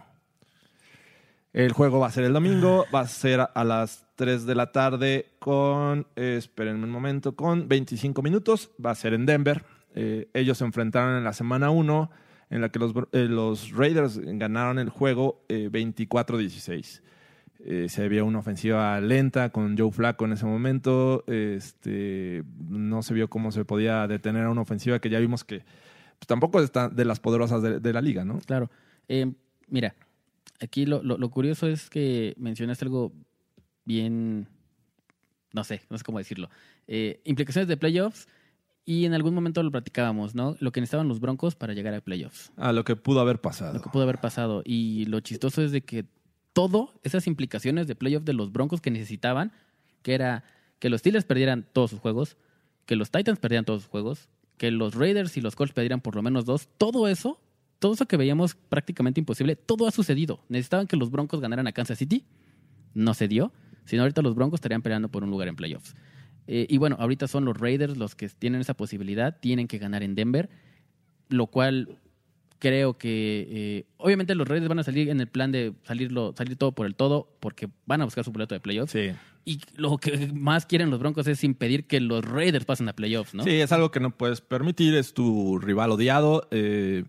Speaker 6: El juego va a ser el domingo, va a ser a las tres de la tarde con, eh, espérenme un momento, con veinticinco minutos. Va a ser en Denver. Eh, ellos se enfrentaron en la semana uno, en la que los, eh, los Raiders ganaron el juego eh, veinticuatro dieciséis. Eh, se vio una ofensiva lenta con Joe Flacco en ese momento. Este, no se vio cómo se podía detener a una ofensiva que ya vimos que pues, tampoco está de las poderosas de, de la liga, ¿no?
Speaker 7: Claro. Eh, mira, aquí lo, lo, lo curioso es que mencionaste algo bien... No sé, no sé cómo decirlo. Eh, implicaciones de playoffs. Y en algún momento lo platicábamos, ¿no? Lo que necesitaban los Broncos para llegar a playoffs.
Speaker 6: Ah, lo que pudo haber pasado.
Speaker 7: Lo que pudo haber pasado. Y lo chistoso es de que todo esas implicaciones de playoff de los Broncos que necesitaban, que era que los Steelers perdieran todos sus juegos, que los Titans perdieran todos sus juegos, que los Raiders y los Colts perdieran por lo menos dos, todo eso, todo eso que veíamos prácticamente imposible, todo ha sucedido. Necesitaban que los Broncos ganaran a Kansas City, no se dio, sino ahorita los Broncos estarían peleando por un lugar en playoffs. Eh, y bueno, ahorita son los Raiders los que tienen esa posibilidad, tienen que ganar en Denver, lo cual creo que eh, obviamente los Raiders van a salir en el plan de salirlo, salir todo por el todo, porque van a buscar su boleto de playoffs.
Speaker 6: Sí.
Speaker 7: Y lo que más quieren los Broncos es impedir que los Raiders pasen a playoffs, ¿no?
Speaker 6: Sí, es algo que no puedes permitir, es tu rival odiado. Eh,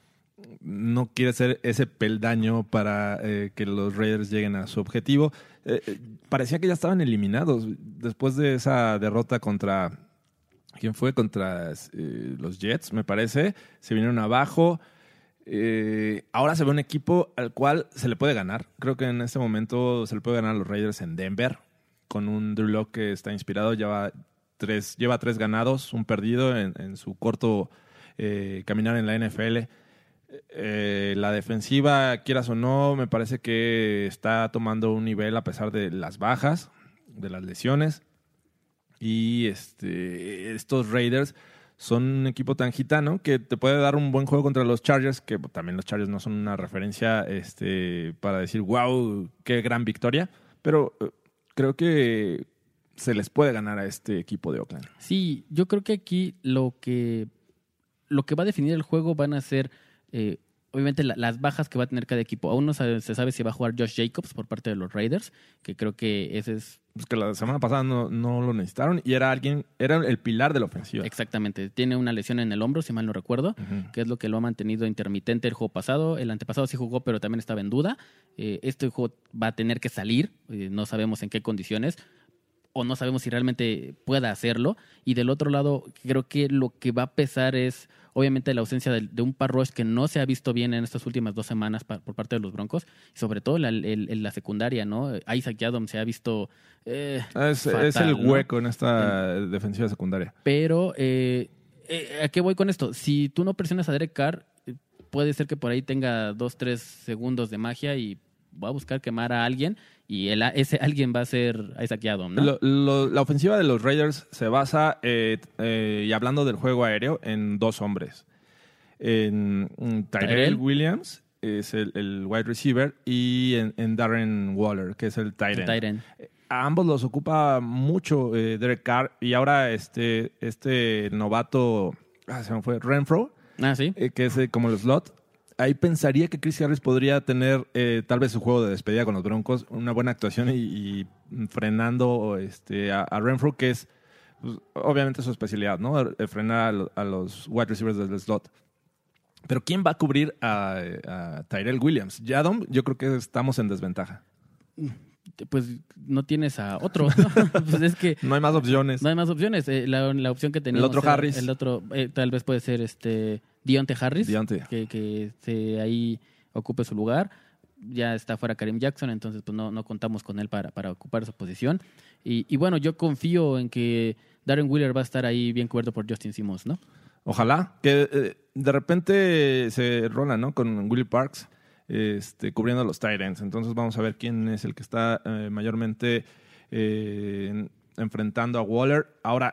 Speaker 6: no quiere ser ese peldaño para eh, que los Raiders lleguen a su objetivo. Eh, parecía que ya estaban eliminados después de esa derrota contra... ¿Quién fue? Contra eh, los Jets, me parece. Se vinieron abajo. Eh, ahora se ve un equipo al cual se le puede ganar. Creo que en este momento se le puede ganar a los Raiders en Denver, con un Drew Lock que está inspirado. Lleva tres, lleva tres ganados, un perdido en, en su corto eh, caminar en la N F L. Eh, la defensiva, quieras o no, me parece que está tomando un nivel a pesar de las bajas, de las lesiones. Y este, estos Raiders son un equipo tan gitano que te puede dar un buen juego contra los Chargers, que también los Chargers no son una referencia este, para decir, wow, qué gran victoria. Pero eh, creo que se les puede ganar a este equipo de Oakland.
Speaker 7: Sí, yo creo que aquí lo que, lo que va a definir el juego van a ser... Eh, obviamente la, las bajas que va a tener cada equipo. Aún no sabe, se sabe si va a jugar Josh Jacobs por parte de los Raiders, que creo que ese es...
Speaker 6: Pues que la semana pasada no, no lo necesitaron y era alguien, era el pilar de la ofensiva.
Speaker 7: Exactamente. Tiene una lesión en el hombro, si mal no recuerdo, uh-huh. que es lo que lo ha mantenido intermitente el juego pasado. El antepasado sí jugó, pero también estaba en duda. Eh, este juego va a tener que salir. Eh, no sabemos en qué condiciones o no sabemos si realmente pueda hacerlo. Y del otro lado, creo que lo que va a pesar es... obviamente la ausencia de, de un pass rush que no se ha visto bien en estas últimas dos semanas pa, por parte de los Broncos, y sobre todo la, el, el, la secundaria, ¿no? Isaac Adams se ha visto eh,
Speaker 6: es, fatal, es el hueco, ¿no? En esta eh, defensiva secundaria.
Speaker 7: Pero, eh, eh, ¿a qué voy con esto? Si tú no presionas a Derek Carr, puede ser que por ahí tenga dos, tres segundos de magia y va a buscar quemar a alguien, y el, ese alguien va a ser Isaac Adams, ¿no?
Speaker 6: Lo, lo, la ofensiva de los Raiders se basa, eh, eh, y hablando del juego aéreo, en dos hombres. en, en Tyrell
Speaker 7: Tyrell.
Speaker 6: Williams, es el, el wide receiver, y en, en Darren Waller, que es el tight end.
Speaker 7: Tight end.
Speaker 6: A ambos los ocupa mucho eh, Derek Carr, y ahora este, este novato, ah, se me fue, Renfro,
Speaker 7: Ah, sí.
Speaker 6: eh, que es eh, como el slot. Ahí pensaría que Chris Harris podría tener eh, tal vez su juego de despedida con los Broncos, una buena actuación y, y frenando este, a, a Renfro, que es pues, obviamente su especialidad, ¿no? Eh, Frenar a, lo- a los wide receivers del slot. Pero ¿quién va a cubrir a, a Tyrell Williams? Yadom, yo creo que estamos en desventaja.
Speaker 7: Pues no tienes a otro. ¿no? Pues es que
Speaker 6: No hay más opciones.
Speaker 7: no hay más opciones. Eh, la, la opción que teníamos.
Speaker 6: El otro
Speaker 7: era-
Speaker 6: Harris.
Speaker 7: El otro, eh, tal vez puede ser este Dionte Harris.
Speaker 6: Dionte.
Speaker 7: Que, que se, ahí ocupe su lugar. Ya está fuera Kareem Jackson, entonces pues no, no contamos con él para, para ocupar esa posición. Y, y bueno, yo confío en que Darren Wheeler va a estar ahí bien cubierto por Justin Simmons, ¿no?
Speaker 6: Ojalá. Que eh, de repente se rola, ¿no? Con Willie Parks este, cubriendo los tight ends. Entonces vamos a ver quién es el que está eh, mayormente eh, en- enfrentando a Waller. Ahora,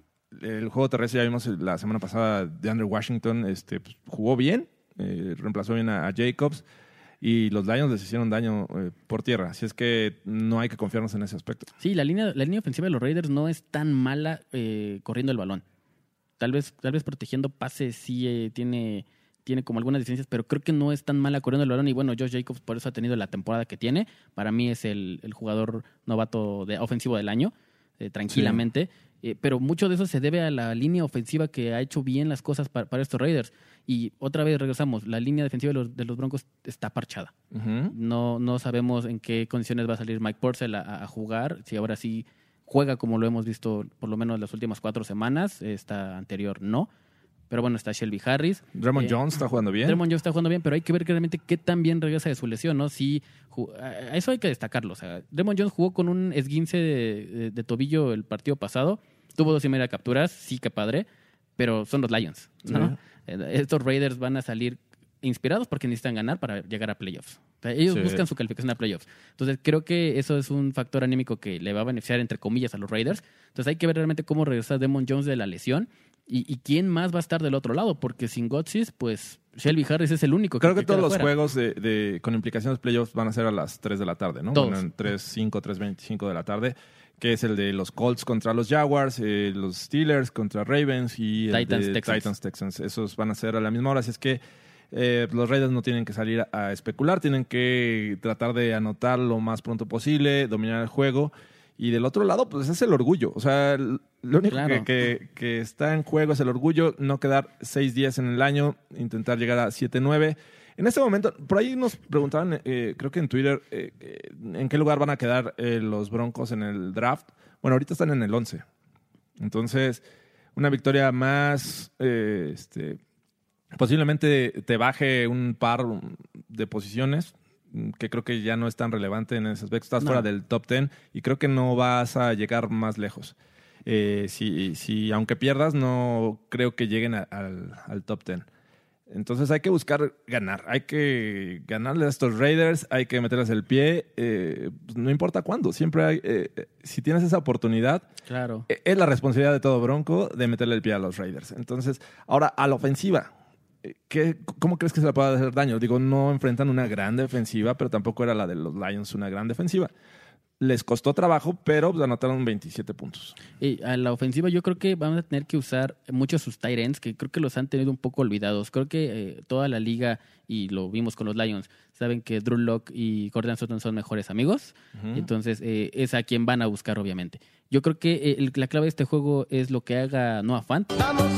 Speaker 6: el juego terrestre ya vimos la semana pasada de Andrew Washington, este, pues, jugó bien, eh, reemplazó bien a, a Jacobs, y los Lions les hicieron daño eh, por tierra. Así es que no hay que confiarnos en ese aspecto.
Speaker 7: Sí, la línea, la línea ofensiva de los Raiders no es tan mala eh, corriendo el balón. Tal vez, tal vez protegiendo pases sí eh, tiene, tiene como algunas diferencias, pero creo que no es tan mala corriendo el balón. Y bueno, Josh Jacobs por eso ha tenido la temporada que tiene. Para mí es el, el jugador novato de, ofensivo del año, eh, tranquilamente. Eh, pero mucho de eso se debe a la línea ofensiva que ha hecho bien las cosas para, para estos Raiders. Y otra vez regresamos, la línea defensiva de los, de los Broncos está parchada.
Speaker 6: Ujú.
Speaker 7: No, no sabemos en qué condiciones va a salir Mike Purcell a, a jugar, si ahora sí juega como lo hemos visto por lo menos las últimas cuatro semanas, esta anterior no. Pero bueno, está Shelby Harris.
Speaker 6: Draymond
Speaker 7: Eh,
Speaker 6: Jones está jugando bien.
Speaker 7: Draymond Jones está jugando bien, pero hay que ver realmente qué tan bien regresa de su lesión, ¿no? Si, ju- a a eso hay que destacarlo. O sea, Draymond Jones jugó con un esguince de, de- de tobillo el partido pasado, tuvo dos y media capturas, sí que padre, pero son los Lions, ¿no?
Speaker 6: Sí.
Speaker 7: Eh, Estos Raiders van a salir inspirados porque necesitan ganar para llegar a playoffs. O sea, ellos
Speaker 6: Sí.
Speaker 7: buscan su calificación a playoffs. Entonces, creo que eso es un factor anímico que le va a beneficiar, entre comillas, a los Raiders. Entonces, hay que ver realmente cómo regresa Damon Jones de la lesión y, y quién más va a estar del otro lado, porque sin Gotsis, pues Shelby Harris es el único.
Speaker 6: Creo que,
Speaker 7: que
Speaker 6: todos
Speaker 7: queda
Speaker 6: los
Speaker 7: fuera.
Speaker 6: juegos de, de- con implicaciones playoffs van a ser a las tres de la tarde, ¿no?
Speaker 7: Todos.
Speaker 6: Bueno, en tres cinco, tres veinticinco de la tarde, que es el de los Colts contra los Jaguars, eh, los Steelers contra Ravens y el
Speaker 7: Titans,
Speaker 6: de
Speaker 7: Texans.
Speaker 6: Titans Texans. Esos van a ser a la misma hora, así es que eh, los Raiders no tienen que salir a, a especular, tienen que tratar de anotar lo más pronto posible, dominar el juego. Y del otro lado, pues es el orgullo. O sea, l- lo único
Speaker 7: Claro.
Speaker 6: que, que- que está en juego es el orgullo, no quedar seis días en el año, intentar llegar a siete nueve. En este momento, por ahí nos preguntaban, eh, creo que en Twitter, eh, eh, en qué lugar van a quedar eh, los Broncos en el draft. Bueno, ahorita están en el once. Entonces, una victoria más, eh, este, posiblemente te baje un par de posiciones, que creo que ya no es tan relevante en ese aspecto. Estás
Speaker 7: No.
Speaker 6: fuera del top diez y creo que no vas a llegar más lejos. Eh, si, si aunque pierdas, no creo que lleguen a- al, al top diez. Entonces hay que buscar ganar. Hay que ganarle a estos Raiders, hay que meterles el pie, eh, pues, no importa cuándo. Siempre hay, eh, eh, si tienes esa oportunidad,
Speaker 7: Claro.
Speaker 6: eh, es la responsabilidad de todo Bronco de meterle el pie a los Raiders. Entonces, ahora a la ofensiva. eh, ¿Qué, ¿Cómo crees que se le puede hacer daño? Digo, no enfrentan una gran defensiva, pero tampoco era la de los Lions una gran defensiva. Les costó trabajo, pero pues, anotaron veintisiete puntos.
Speaker 7: Y a la ofensiva yo creo que van a tener que usar muchos sus tight ends, que creo que los han tenido un poco olvidados. Creo que eh, toda la liga, y lo vimos con los Lions, saben que Drew Lock y Courtland Sutton son mejores amigos.
Speaker 6: Ujú.
Speaker 7: Entonces eh, es a quien van a buscar, obviamente. Yo creo que eh, el- la clave de este juego es lo que haga Noah Fant.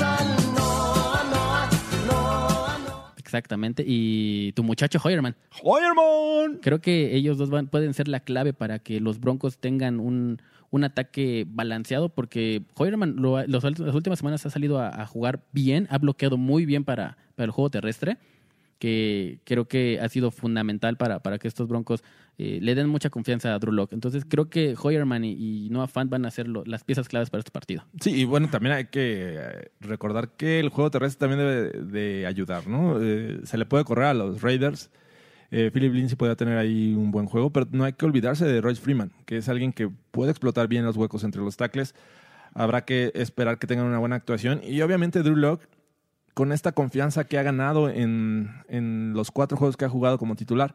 Speaker 7: Exactamente. Y tu muchacho Hoyerman.
Speaker 6: ¡Hoyerman!
Speaker 7: Creo que ellos dos van, pueden ser la clave para que los Broncos tengan un, un ataque balanceado, porque Hoyerman lo ha- los- las últimas semanas ha salido a, a jugar bien, ha bloqueado muy bien para, para el juego terrestre, que creo que ha sido fundamental para, para que estos Broncos eh, le den mucha confianza a Drew Lock. Entonces creo que Hoyerman y, y Noah Fant van a ser lo- las piezas claves para este partido.
Speaker 6: Sí, y bueno, también hay que eh, recordar que el juego terrestre también debe de ayudar, ¿no? Eh, se le puede correr a los Raiders. Eh, Philip Lindsay podría tener ahí un buen juego, pero no hay que olvidarse de Royce Freeman, que es alguien que puede explotar bien los huecos entre los tackles. Habrá que esperar que tengan una buena actuación. Y obviamente Drew Lock con esta confianza que ha ganado en, en los cuatro juegos que ha jugado como titular,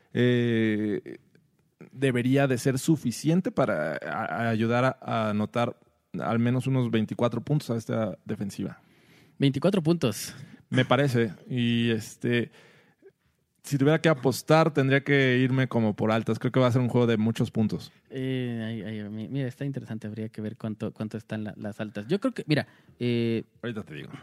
Speaker 6: eh, debería de ser suficiente para a, a ayudar a, a anotar al menos unos veinticuatro puntos a esta defensiva.
Speaker 7: veinticuatro puntos.
Speaker 6: Me parece. Y este, si tuviera que apostar, tendría que irme como por altas. Creo que va a ser un juego de muchos puntos.
Speaker 7: Eh, ay, ay, mira, está interesante. Habría que ver cuánto, cuánto están la, las altas. Yo creo que, mira, eh,
Speaker 6: ahorita te digo.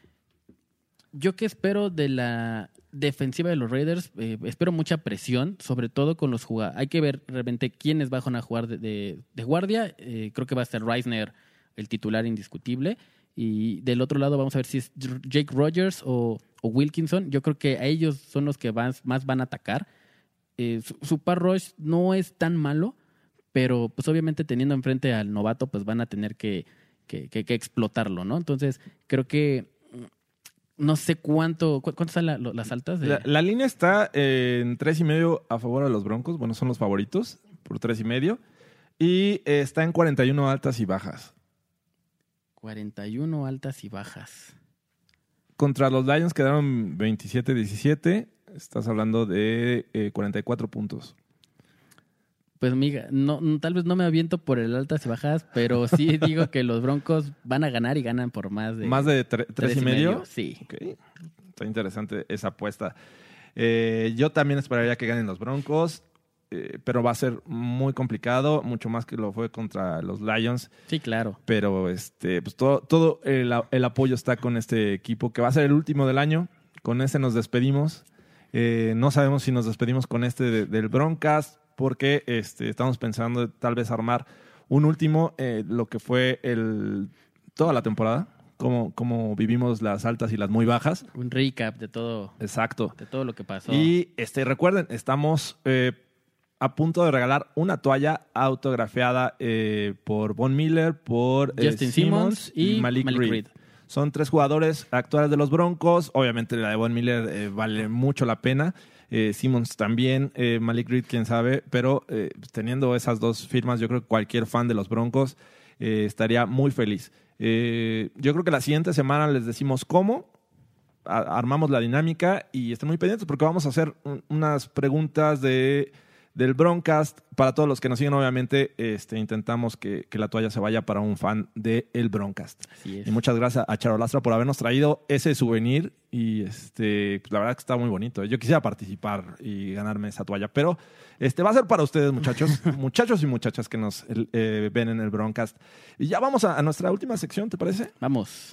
Speaker 7: Yo que espero de la defensiva de los Raiders, eh, espero mucha presión, sobre todo con los jugadores. Hay que ver realmente quiénes van a jugar de, de, de guardia. Eh, creo que va a ser Reisner el titular indiscutible. Y del otro lado vamos a ver si es Jake Rogers o, o Wilkinson. Yo creo que a ellos son los que van, más van a atacar. Eh, su, su pass rush no es tan malo, pero pues obviamente teniendo enfrente al novato, pues van a tener que, que, que, que explotarlo, ¿no? Entonces creo que no sé cuánto, ¿cuánto están la, las altas? De...
Speaker 6: La, la línea está en tres y medio a favor de los Broncos. Bueno, son los favoritos por tres y medio. Y eh, está en cuarenta y uno altas y bajas.
Speaker 7: cuarenta y uno altas y bajas.
Speaker 6: Contra los Lions quedaron veintisiete diecisiete. Estás hablando de eh, cuarenta y cuatro puntos.
Speaker 7: Pues, amiga, no, tal vez no me aviento por el altas y bajas, pero sí digo que los Broncos van a ganar y ganan por más de...
Speaker 6: ¿Más de tre- tres, tres y medio? medio?
Speaker 7: Sí.
Speaker 6: Okay. Está interesante esa apuesta. Eh, yo también esperaría que ganen los Broncos, eh, pero va a ser muy complicado, mucho más que lo fue contra los Lions.
Speaker 7: Sí, claro.
Speaker 6: Pero este, pues todo, todo el, el apoyo está con este equipo, que va a ser el último del año. Con este nos despedimos. Eh, no sabemos si nos despedimos con este de, del Broncast, porque este, estamos pensando tal vez armar un último, eh, lo que fue el toda la temporada, cómo, cómo vivimos las altas y las muy bajas.
Speaker 7: Un recap de todo.
Speaker 6: Exacto.
Speaker 7: De todo lo que pasó.
Speaker 6: Y este, recuerden, estamos eh, a punto de regalar una toalla autografiada eh, por Von Miller, por eh,
Speaker 7: Justin Simmons y
Speaker 6: Malik,
Speaker 7: Malik
Speaker 6: Reed.
Speaker 7: Reed.
Speaker 6: Son tres jugadores actuales de los Broncos. Obviamente la de Von Miller eh, vale mucho la pena. Eh, Simmons también, eh, Malik Reed, quién sabe, pero eh, teniendo esas dos firmas, yo creo que cualquier fan de los Broncos eh, estaría muy feliz. Eh, yo creo que la siguiente semana les decimos cómo, a- armamos la dinámica y estén muy pendientes porque vamos a hacer un- unas preguntas de, del Broncast. Para todos los que nos siguen, obviamente, este, intentamos que, que la toalla se vaya para un fan del Broncast.
Speaker 7: Así es.
Speaker 6: Y muchas gracias a Charolastra por habernos traído ese souvenir y este, pues la verdad que está muy bonito. Yo quisiera participar y ganarme esa toalla, pero este va a ser para ustedes, muchachos, muchachos y muchachas que nos eh, ven en el Broncast. Y ya vamos a, a nuestra última sección, ¿te parece?
Speaker 7: Vamos.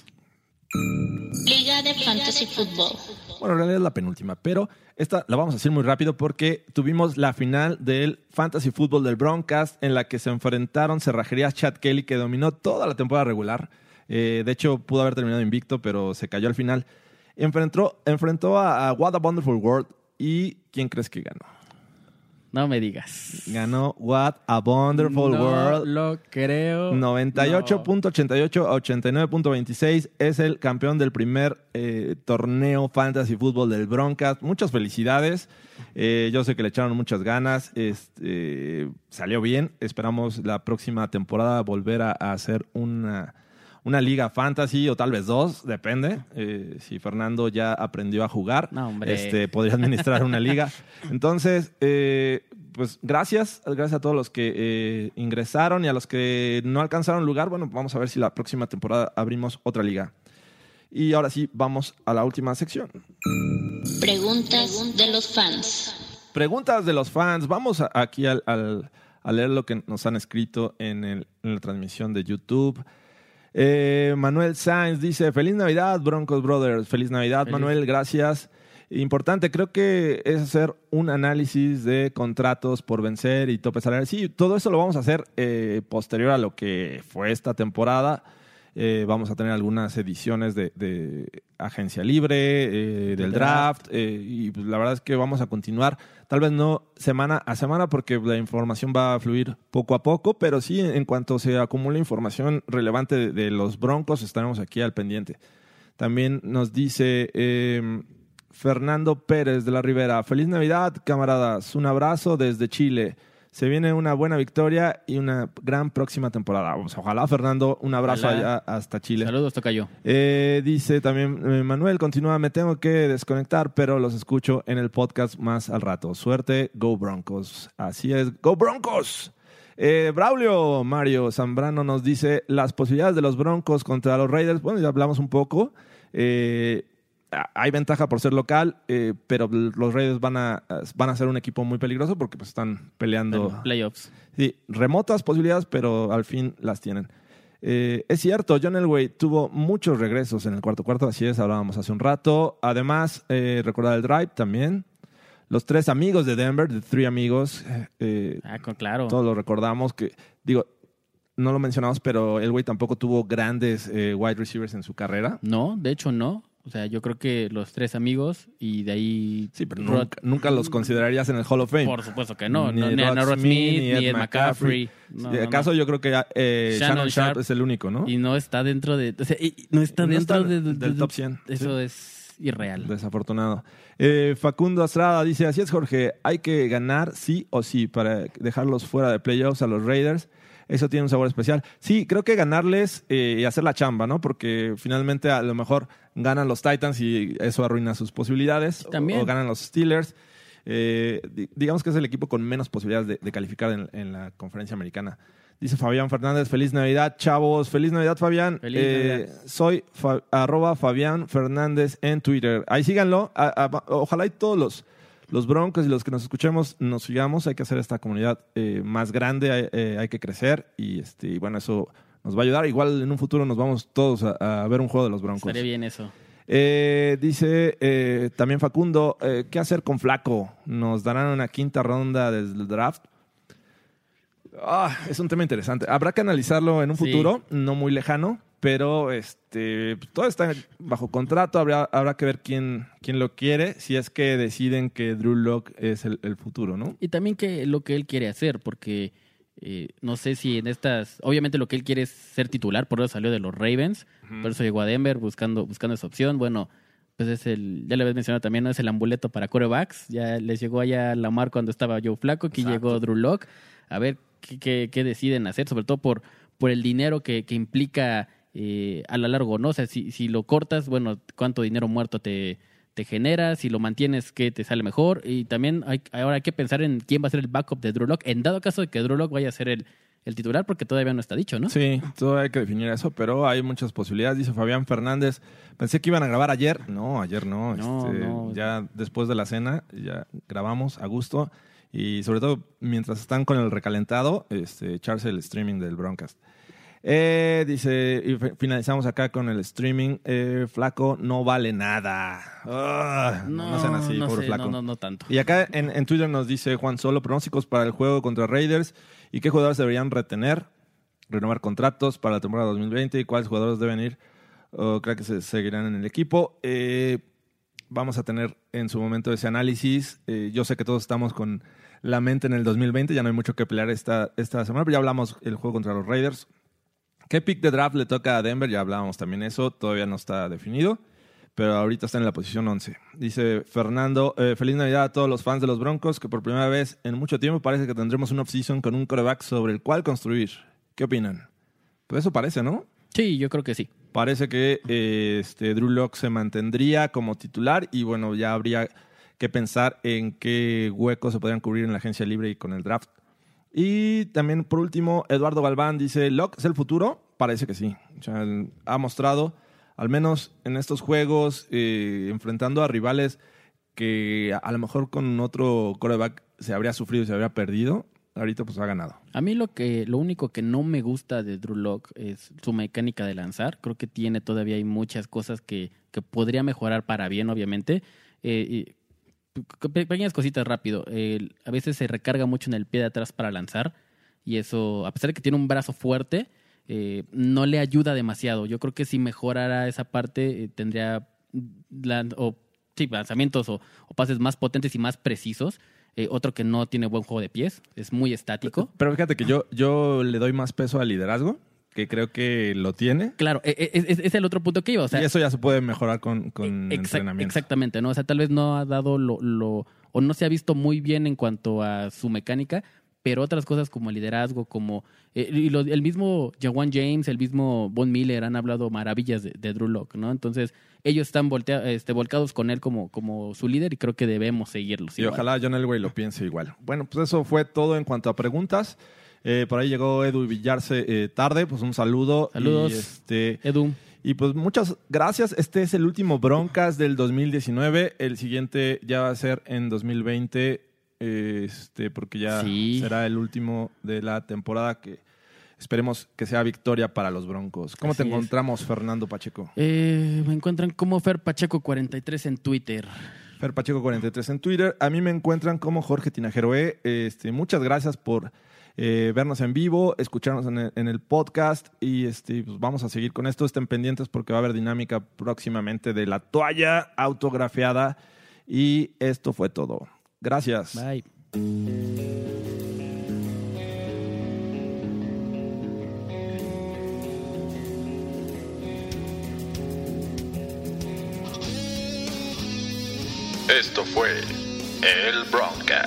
Speaker 8: Liga de Fantasy Football.
Speaker 6: Bueno, en realidad es la penúltima, pero esta la vamos a hacer muy rápido porque tuvimos la final del Fantasy Football del Broncast en la que se enfrentaron Cerrajerías Chad Kelly, que dominó toda la temporada regular. Eh, de hecho, pudo haber terminado invicto, pero se cayó al final. Enfrentó, enfrentó a, a What a Wonderful World. ¿Y quién crees que ganó?
Speaker 7: No me digas.
Speaker 6: Ganó What a Wonderful
Speaker 7: no
Speaker 6: World.
Speaker 7: lo creo.
Speaker 6: noventa y ocho punto ochenta y ocho a ochenta y nueve punto veintiséis. Es el campeón del primer eh, torneo Fantasy Football del Broncast. Muchas felicidades. Eh, yo sé que le echaron muchas ganas. Este, salió bien. Esperamos la próxima temporada volver a, a hacer una, una liga fantasy o tal vez dos, depende. Eh, si Fernando ya aprendió a jugar,
Speaker 7: No, hombre.
Speaker 6: este, podría administrar una liga. Entonces, eh, pues gracias, gracias a todos los que eh, ingresaron y a los que no alcanzaron lugar. Bueno, vamos a ver si la próxima temporada abrimos otra liga. Y ahora sí, vamos a la última sección.
Speaker 8: Preguntas de los fans.
Speaker 6: Preguntas de los fans. Vamos a- aquí al, al- a leer lo que nos han escrito en, el- en la transmisión de YouTube. Eh, Manuel Sainz dice, feliz Navidad, Broncos Brothers. Feliz Navidad,
Speaker 7: Feliz.
Speaker 6: Manuel, gracias. Importante, creo que es hacer un análisis de contratos por vencer y tope salarial. Sí, todo eso lo vamos a hacer eh, posterior a lo que fue esta temporada. Eh, vamos a tener algunas ediciones de, de agencia libre, eh, del draft, eh, y pues, la verdad es que vamos a continuar, tal vez no semana a semana porque la información va a fluir poco a poco, pero sí en cuanto se acumule información relevante de, de los Broncos estaremos aquí al pendiente. También nos dice eh, Fernando Pérez de la Rivera, feliz Navidad, camaradas, un abrazo desde Chile. Se viene una buena victoria y una gran próxima temporada. Vamos, ojalá, Fernando. Un abrazo
Speaker 7: Ojalá.
Speaker 6: allá hasta Chile.
Speaker 7: Saludos, tocayo.
Speaker 6: Eh, dice también eh, Manuel, continúa, me tengo que desconectar, pero los escucho en el podcast más al rato. Suerte, Go Broncos. Así es, Go Broncos. Eh, Braulio Mario Zambrano nos dice las posibilidades de los Broncos contra los Raiders. Bueno, ya hablamos un poco. Eh, hay ventaja por ser local, eh, pero los Raiders van a, van a ser un equipo muy peligroso porque pues, están peleando.
Speaker 7: En playoffs.
Speaker 6: Sí, remotas posibilidades, pero al fin las tienen. Eh, es cierto, John Elway tuvo muchos regresos en el cuarto cuarto, así es, hablábamos hace un rato. Además, eh, recordar el drive también. Los tres amigos de Denver, de Three Amigos, eh,
Speaker 7: Ah, con- claro.
Speaker 6: todos lo recordamos. Que digo, no lo mencionamos, pero Elway tampoco tuvo grandes eh, wide receivers en su carrera.
Speaker 7: No, de hecho no. O sea, yo creo que los tres amigos y de ahí...
Speaker 6: Sí, pero
Speaker 7: Rod-
Speaker 6: nunca, nunca los considerarías en el Hall of Fame.
Speaker 7: Por supuesto que no.
Speaker 6: Ni
Speaker 7: no, Ni, a
Speaker 6: Rod
Speaker 7: Rod
Speaker 6: Smith,
Speaker 7: Smith,
Speaker 6: ni
Speaker 7: ni
Speaker 6: Ed
Speaker 7: Ed McCaffrey. No,
Speaker 6: Si
Speaker 7: no,
Speaker 6: acaso
Speaker 7: no.
Speaker 6: yo creo que eh, Shannon,
Speaker 7: Shannon
Speaker 6: Sharp
Speaker 7: Sharp.
Speaker 6: es el único, ¿no?
Speaker 7: Y no está dentro de... O sea, y- no está
Speaker 6: No
Speaker 7: dentro
Speaker 6: está
Speaker 7: de, de-
Speaker 6: del
Speaker 7: de-
Speaker 6: top cien.
Speaker 7: Eso es irreal.
Speaker 6: Desafortunado. Eh, Facundo Estrada dice, así es, Jorge, hay que ganar sí o sí para dejarlos fuera de playoffs a los Raiders. Eso tiene un sabor especial. Sí, creo que ganarles eh, y hacer la chamba, ¿no? Porque finalmente a lo mejor ganan los Titans y eso arruina sus posibilidades.
Speaker 7: También.
Speaker 6: O, o ganan los Steelers. Eh, di- digamos que es el equipo con menos posibilidades de, de calificar en, en la conferencia americana. Dice Fabián Fernández, feliz Navidad, chavos. Feliz Navidad, Fabián.
Speaker 7: Feliz
Speaker 6: Eh,
Speaker 7: Navidad.
Speaker 6: Soy fa- arroba Fabián Fernández en Twitter. Ahí síganlo. A- a- ojalá y todos los, los Broncos y los que nos escuchemos nos sigamos. Hay que hacer esta comunidad eh, más grande, hay, eh, hay que crecer y, este, y bueno, eso nos va a ayudar. Igual en un futuro nos vamos todos a, a ver un juego de los Broncos.
Speaker 7: Estaría bien eso.
Speaker 6: Eh, dice eh, también Facundo, eh, ¿qué hacer con Flaco? ¿Nos darán una quinta ronda del draft? Ah, es un tema interesante. Habrá que analizarlo en un
Speaker 7: Sí.
Speaker 6: futuro, no muy lejano, pero este, todo está bajo contrato. Habrá, habrá que ver quién, quién lo quiere, si es que deciden que Drew Lock es el, el futuro, ¿no?
Speaker 7: Y también que lo que él quiere hacer, porque eh, no sé si en estas... Obviamente lo que él quiere es ser titular, por eso salió de los Ravens, por eso llegó a Denver buscando, buscando esa opción. Bueno, pues es el... Ya le habías mencionado también, ¿no? Es el amuleto para quarterbacks. Ya les llegó allá Lamar cuando estaba Joe Flacco, aquí
Speaker 6: Exacto.
Speaker 7: llegó Drew Lock. A ver qué, qué, qué deciden hacer, sobre todo por, por el dinero que, que implica eh, a lo largo, ¿no? O sea, si, si lo cortas, bueno, ¿cuánto dinero muerto te, te genera? Si lo mantienes, ¿qué te sale mejor? Y también hay, ahora hay que pensar en quién va a ser el backup de Drew Lock, en dado caso de que Drew Lock vaya a ser el, el titular, porque todavía no está dicho, ¿no?
Speaker 6: Sí, todavía hay que definir eso, pero hay muchas posibilidades. Dice Fabián Fernández, pensé que iban a grabar ayer. No, ayer no.
Speaker 7: No,
Speaker 6: este,
Speaker 7: no.
Speaker 6: Ya después de la cena, ya grabamos a gusto. Y sobre todo, mientras están con el recalentado, este, echarse el streaming del Broncast. Eh, dice, y fi- finalizamos acá con el streaming. Eh, Flaco no vale nada. Ah, no, no sean así,
Speaker 7: no
Speaker 6: pobre
Speaker 7: sé,
Speaker 6: Flaco.
Speaker 7: no, no, no tanto.
Speaker 6: Y acá en, en Twitter nos dice Juan Solo, pronósticos para el juego contra Raiders y qué jugadores deberían retener, renovar contratos para la temporada dos mil veinte y cuáles jugadores deben ir o creo que se seguirán en el equipo. Eh, vamos a tener en su momento ese análisis. Eh, yo sé que todos estamos con la mente en el dos mil veinte, ya no hay mucho que pelear esta, esta semana, pero ya hablamos el juego contra los Raiders. ¿Qué pick de draft le toca a Denver? Ya hablábamos también eso, todavía no está definido, pero ahorita está en la posición once. Dice Fernando, eh, feliz Navidad a todos los fans de los Broncos, que por primera vez en mucho tiempo parece que tendremos un off-season con un quarterback sobre el cual construir. ¿Qué opinan? Pues eso parece, ¿no?
Speaker 7: Sí, yo creo que sí.
Speaker 6: Parece que eh, este, Drew Lock se mantendría como titular y bueno, ya habría que pensar en qué huecos se podrían cubrir en la agencia libre y con el draft. Y también, por último, Eduardo Galván dice, ¿Lock es el futuro? Parece que sí. O sea, ha mostrado, al menos en estos juegos, eh, enfrentando a rivales que a, a lo mejor con otro quarterback se habría sufrido y se habría perdido. Ahorita pues ha ganado.
Speaker 7: A mí lo que lo único que no me gusta de Drew Lock es su mecánica de lanzar. Creo que tiene todavía hay muchas cosas que, que podría mejorar para bien, obviamente. Eh, y, pe- pequeñas cositas rápido. Eh, a veces se recarga mucho en el pie de atrás para lanzar y eso, a pesar de que tiene un brazo fuerte, eh, no le ayuda demasiado. Yo creo que si mejorara esa parte, eh, tendría lan- o, sí, lanzamientos o, o pases más potentes y más precisos. Eh, otro que no tiene buen juego de pies, es muy estático.
Speaker 6: Pero fíjate que yo, yo le doy más peso al liderazgo, que creo que lo tiene.
Speaker 7: Claro, e- e- es, es el otro punto que iba. O sea,
Speaker 6: y eso ya se puede mejorar con, con
Speaker 7: exact-
Speaker 6: entrenamiento.
Speaker 7: Exactamente, ¿no? O sea, tal vez no ha dado lo, lo... o no se ha visto muy bien en cuanto a su mecánica, pero otras cosas como liderazgo, como eh, y lo, el mismo Jawan James, el mismo Von Miller han hablado maravillas de, de Drew Lock, ¿no? Entonces ellos están voltea, este, volcados con él como, como su líder y creo que debemos seguirlos.
Speaker 6: Y
Speaker 7: igual.
Speaker 6: ojalá John Elway lo piense igual. Bueno, pues eso fue todo en cuanto a preguntas. Eh, por ahí llegó Edu Villarse eh, tarde, pues un saludo.
Speaker 7: Saludos,
Speaker 6: y, este,
Speaker 7: Edu.
Speaker 6: Y pues muchas gracias. Este es el último Broncas del dos mil diecinueve. El siguiente ya va a ser en dos mil veinte, eh, este, porque ya
Speaker 7: sí.
Speaker 6: será el último de la temporada, que esperemos que sea victoria para los Broncos. ¿Cómo
Speaker 7: Así
Speaker 6: te
Speaker 7: es.
Speaker 6: encontramos, Fernando Pacheco?
Speaker 7: Eh, me encuentran como Fer Pacheco cuarenta y tres en Twitter.
Speaker 6: Fer Pacheco cuarenta y tres en Twitter. A mí me encuentran como Jorge Tinajero E. Este, muchas gracias por eh, vernos en vivo, escucharnos en el, en el podcast y este, pues vamos a seguir con esto. Estén pendientes porque va a haber dinámica próximamente de la toalla autografiada y esto fue todo. Gracias.
Speaker 7: Bye.
Speaker 2: Esto fue el Broncast.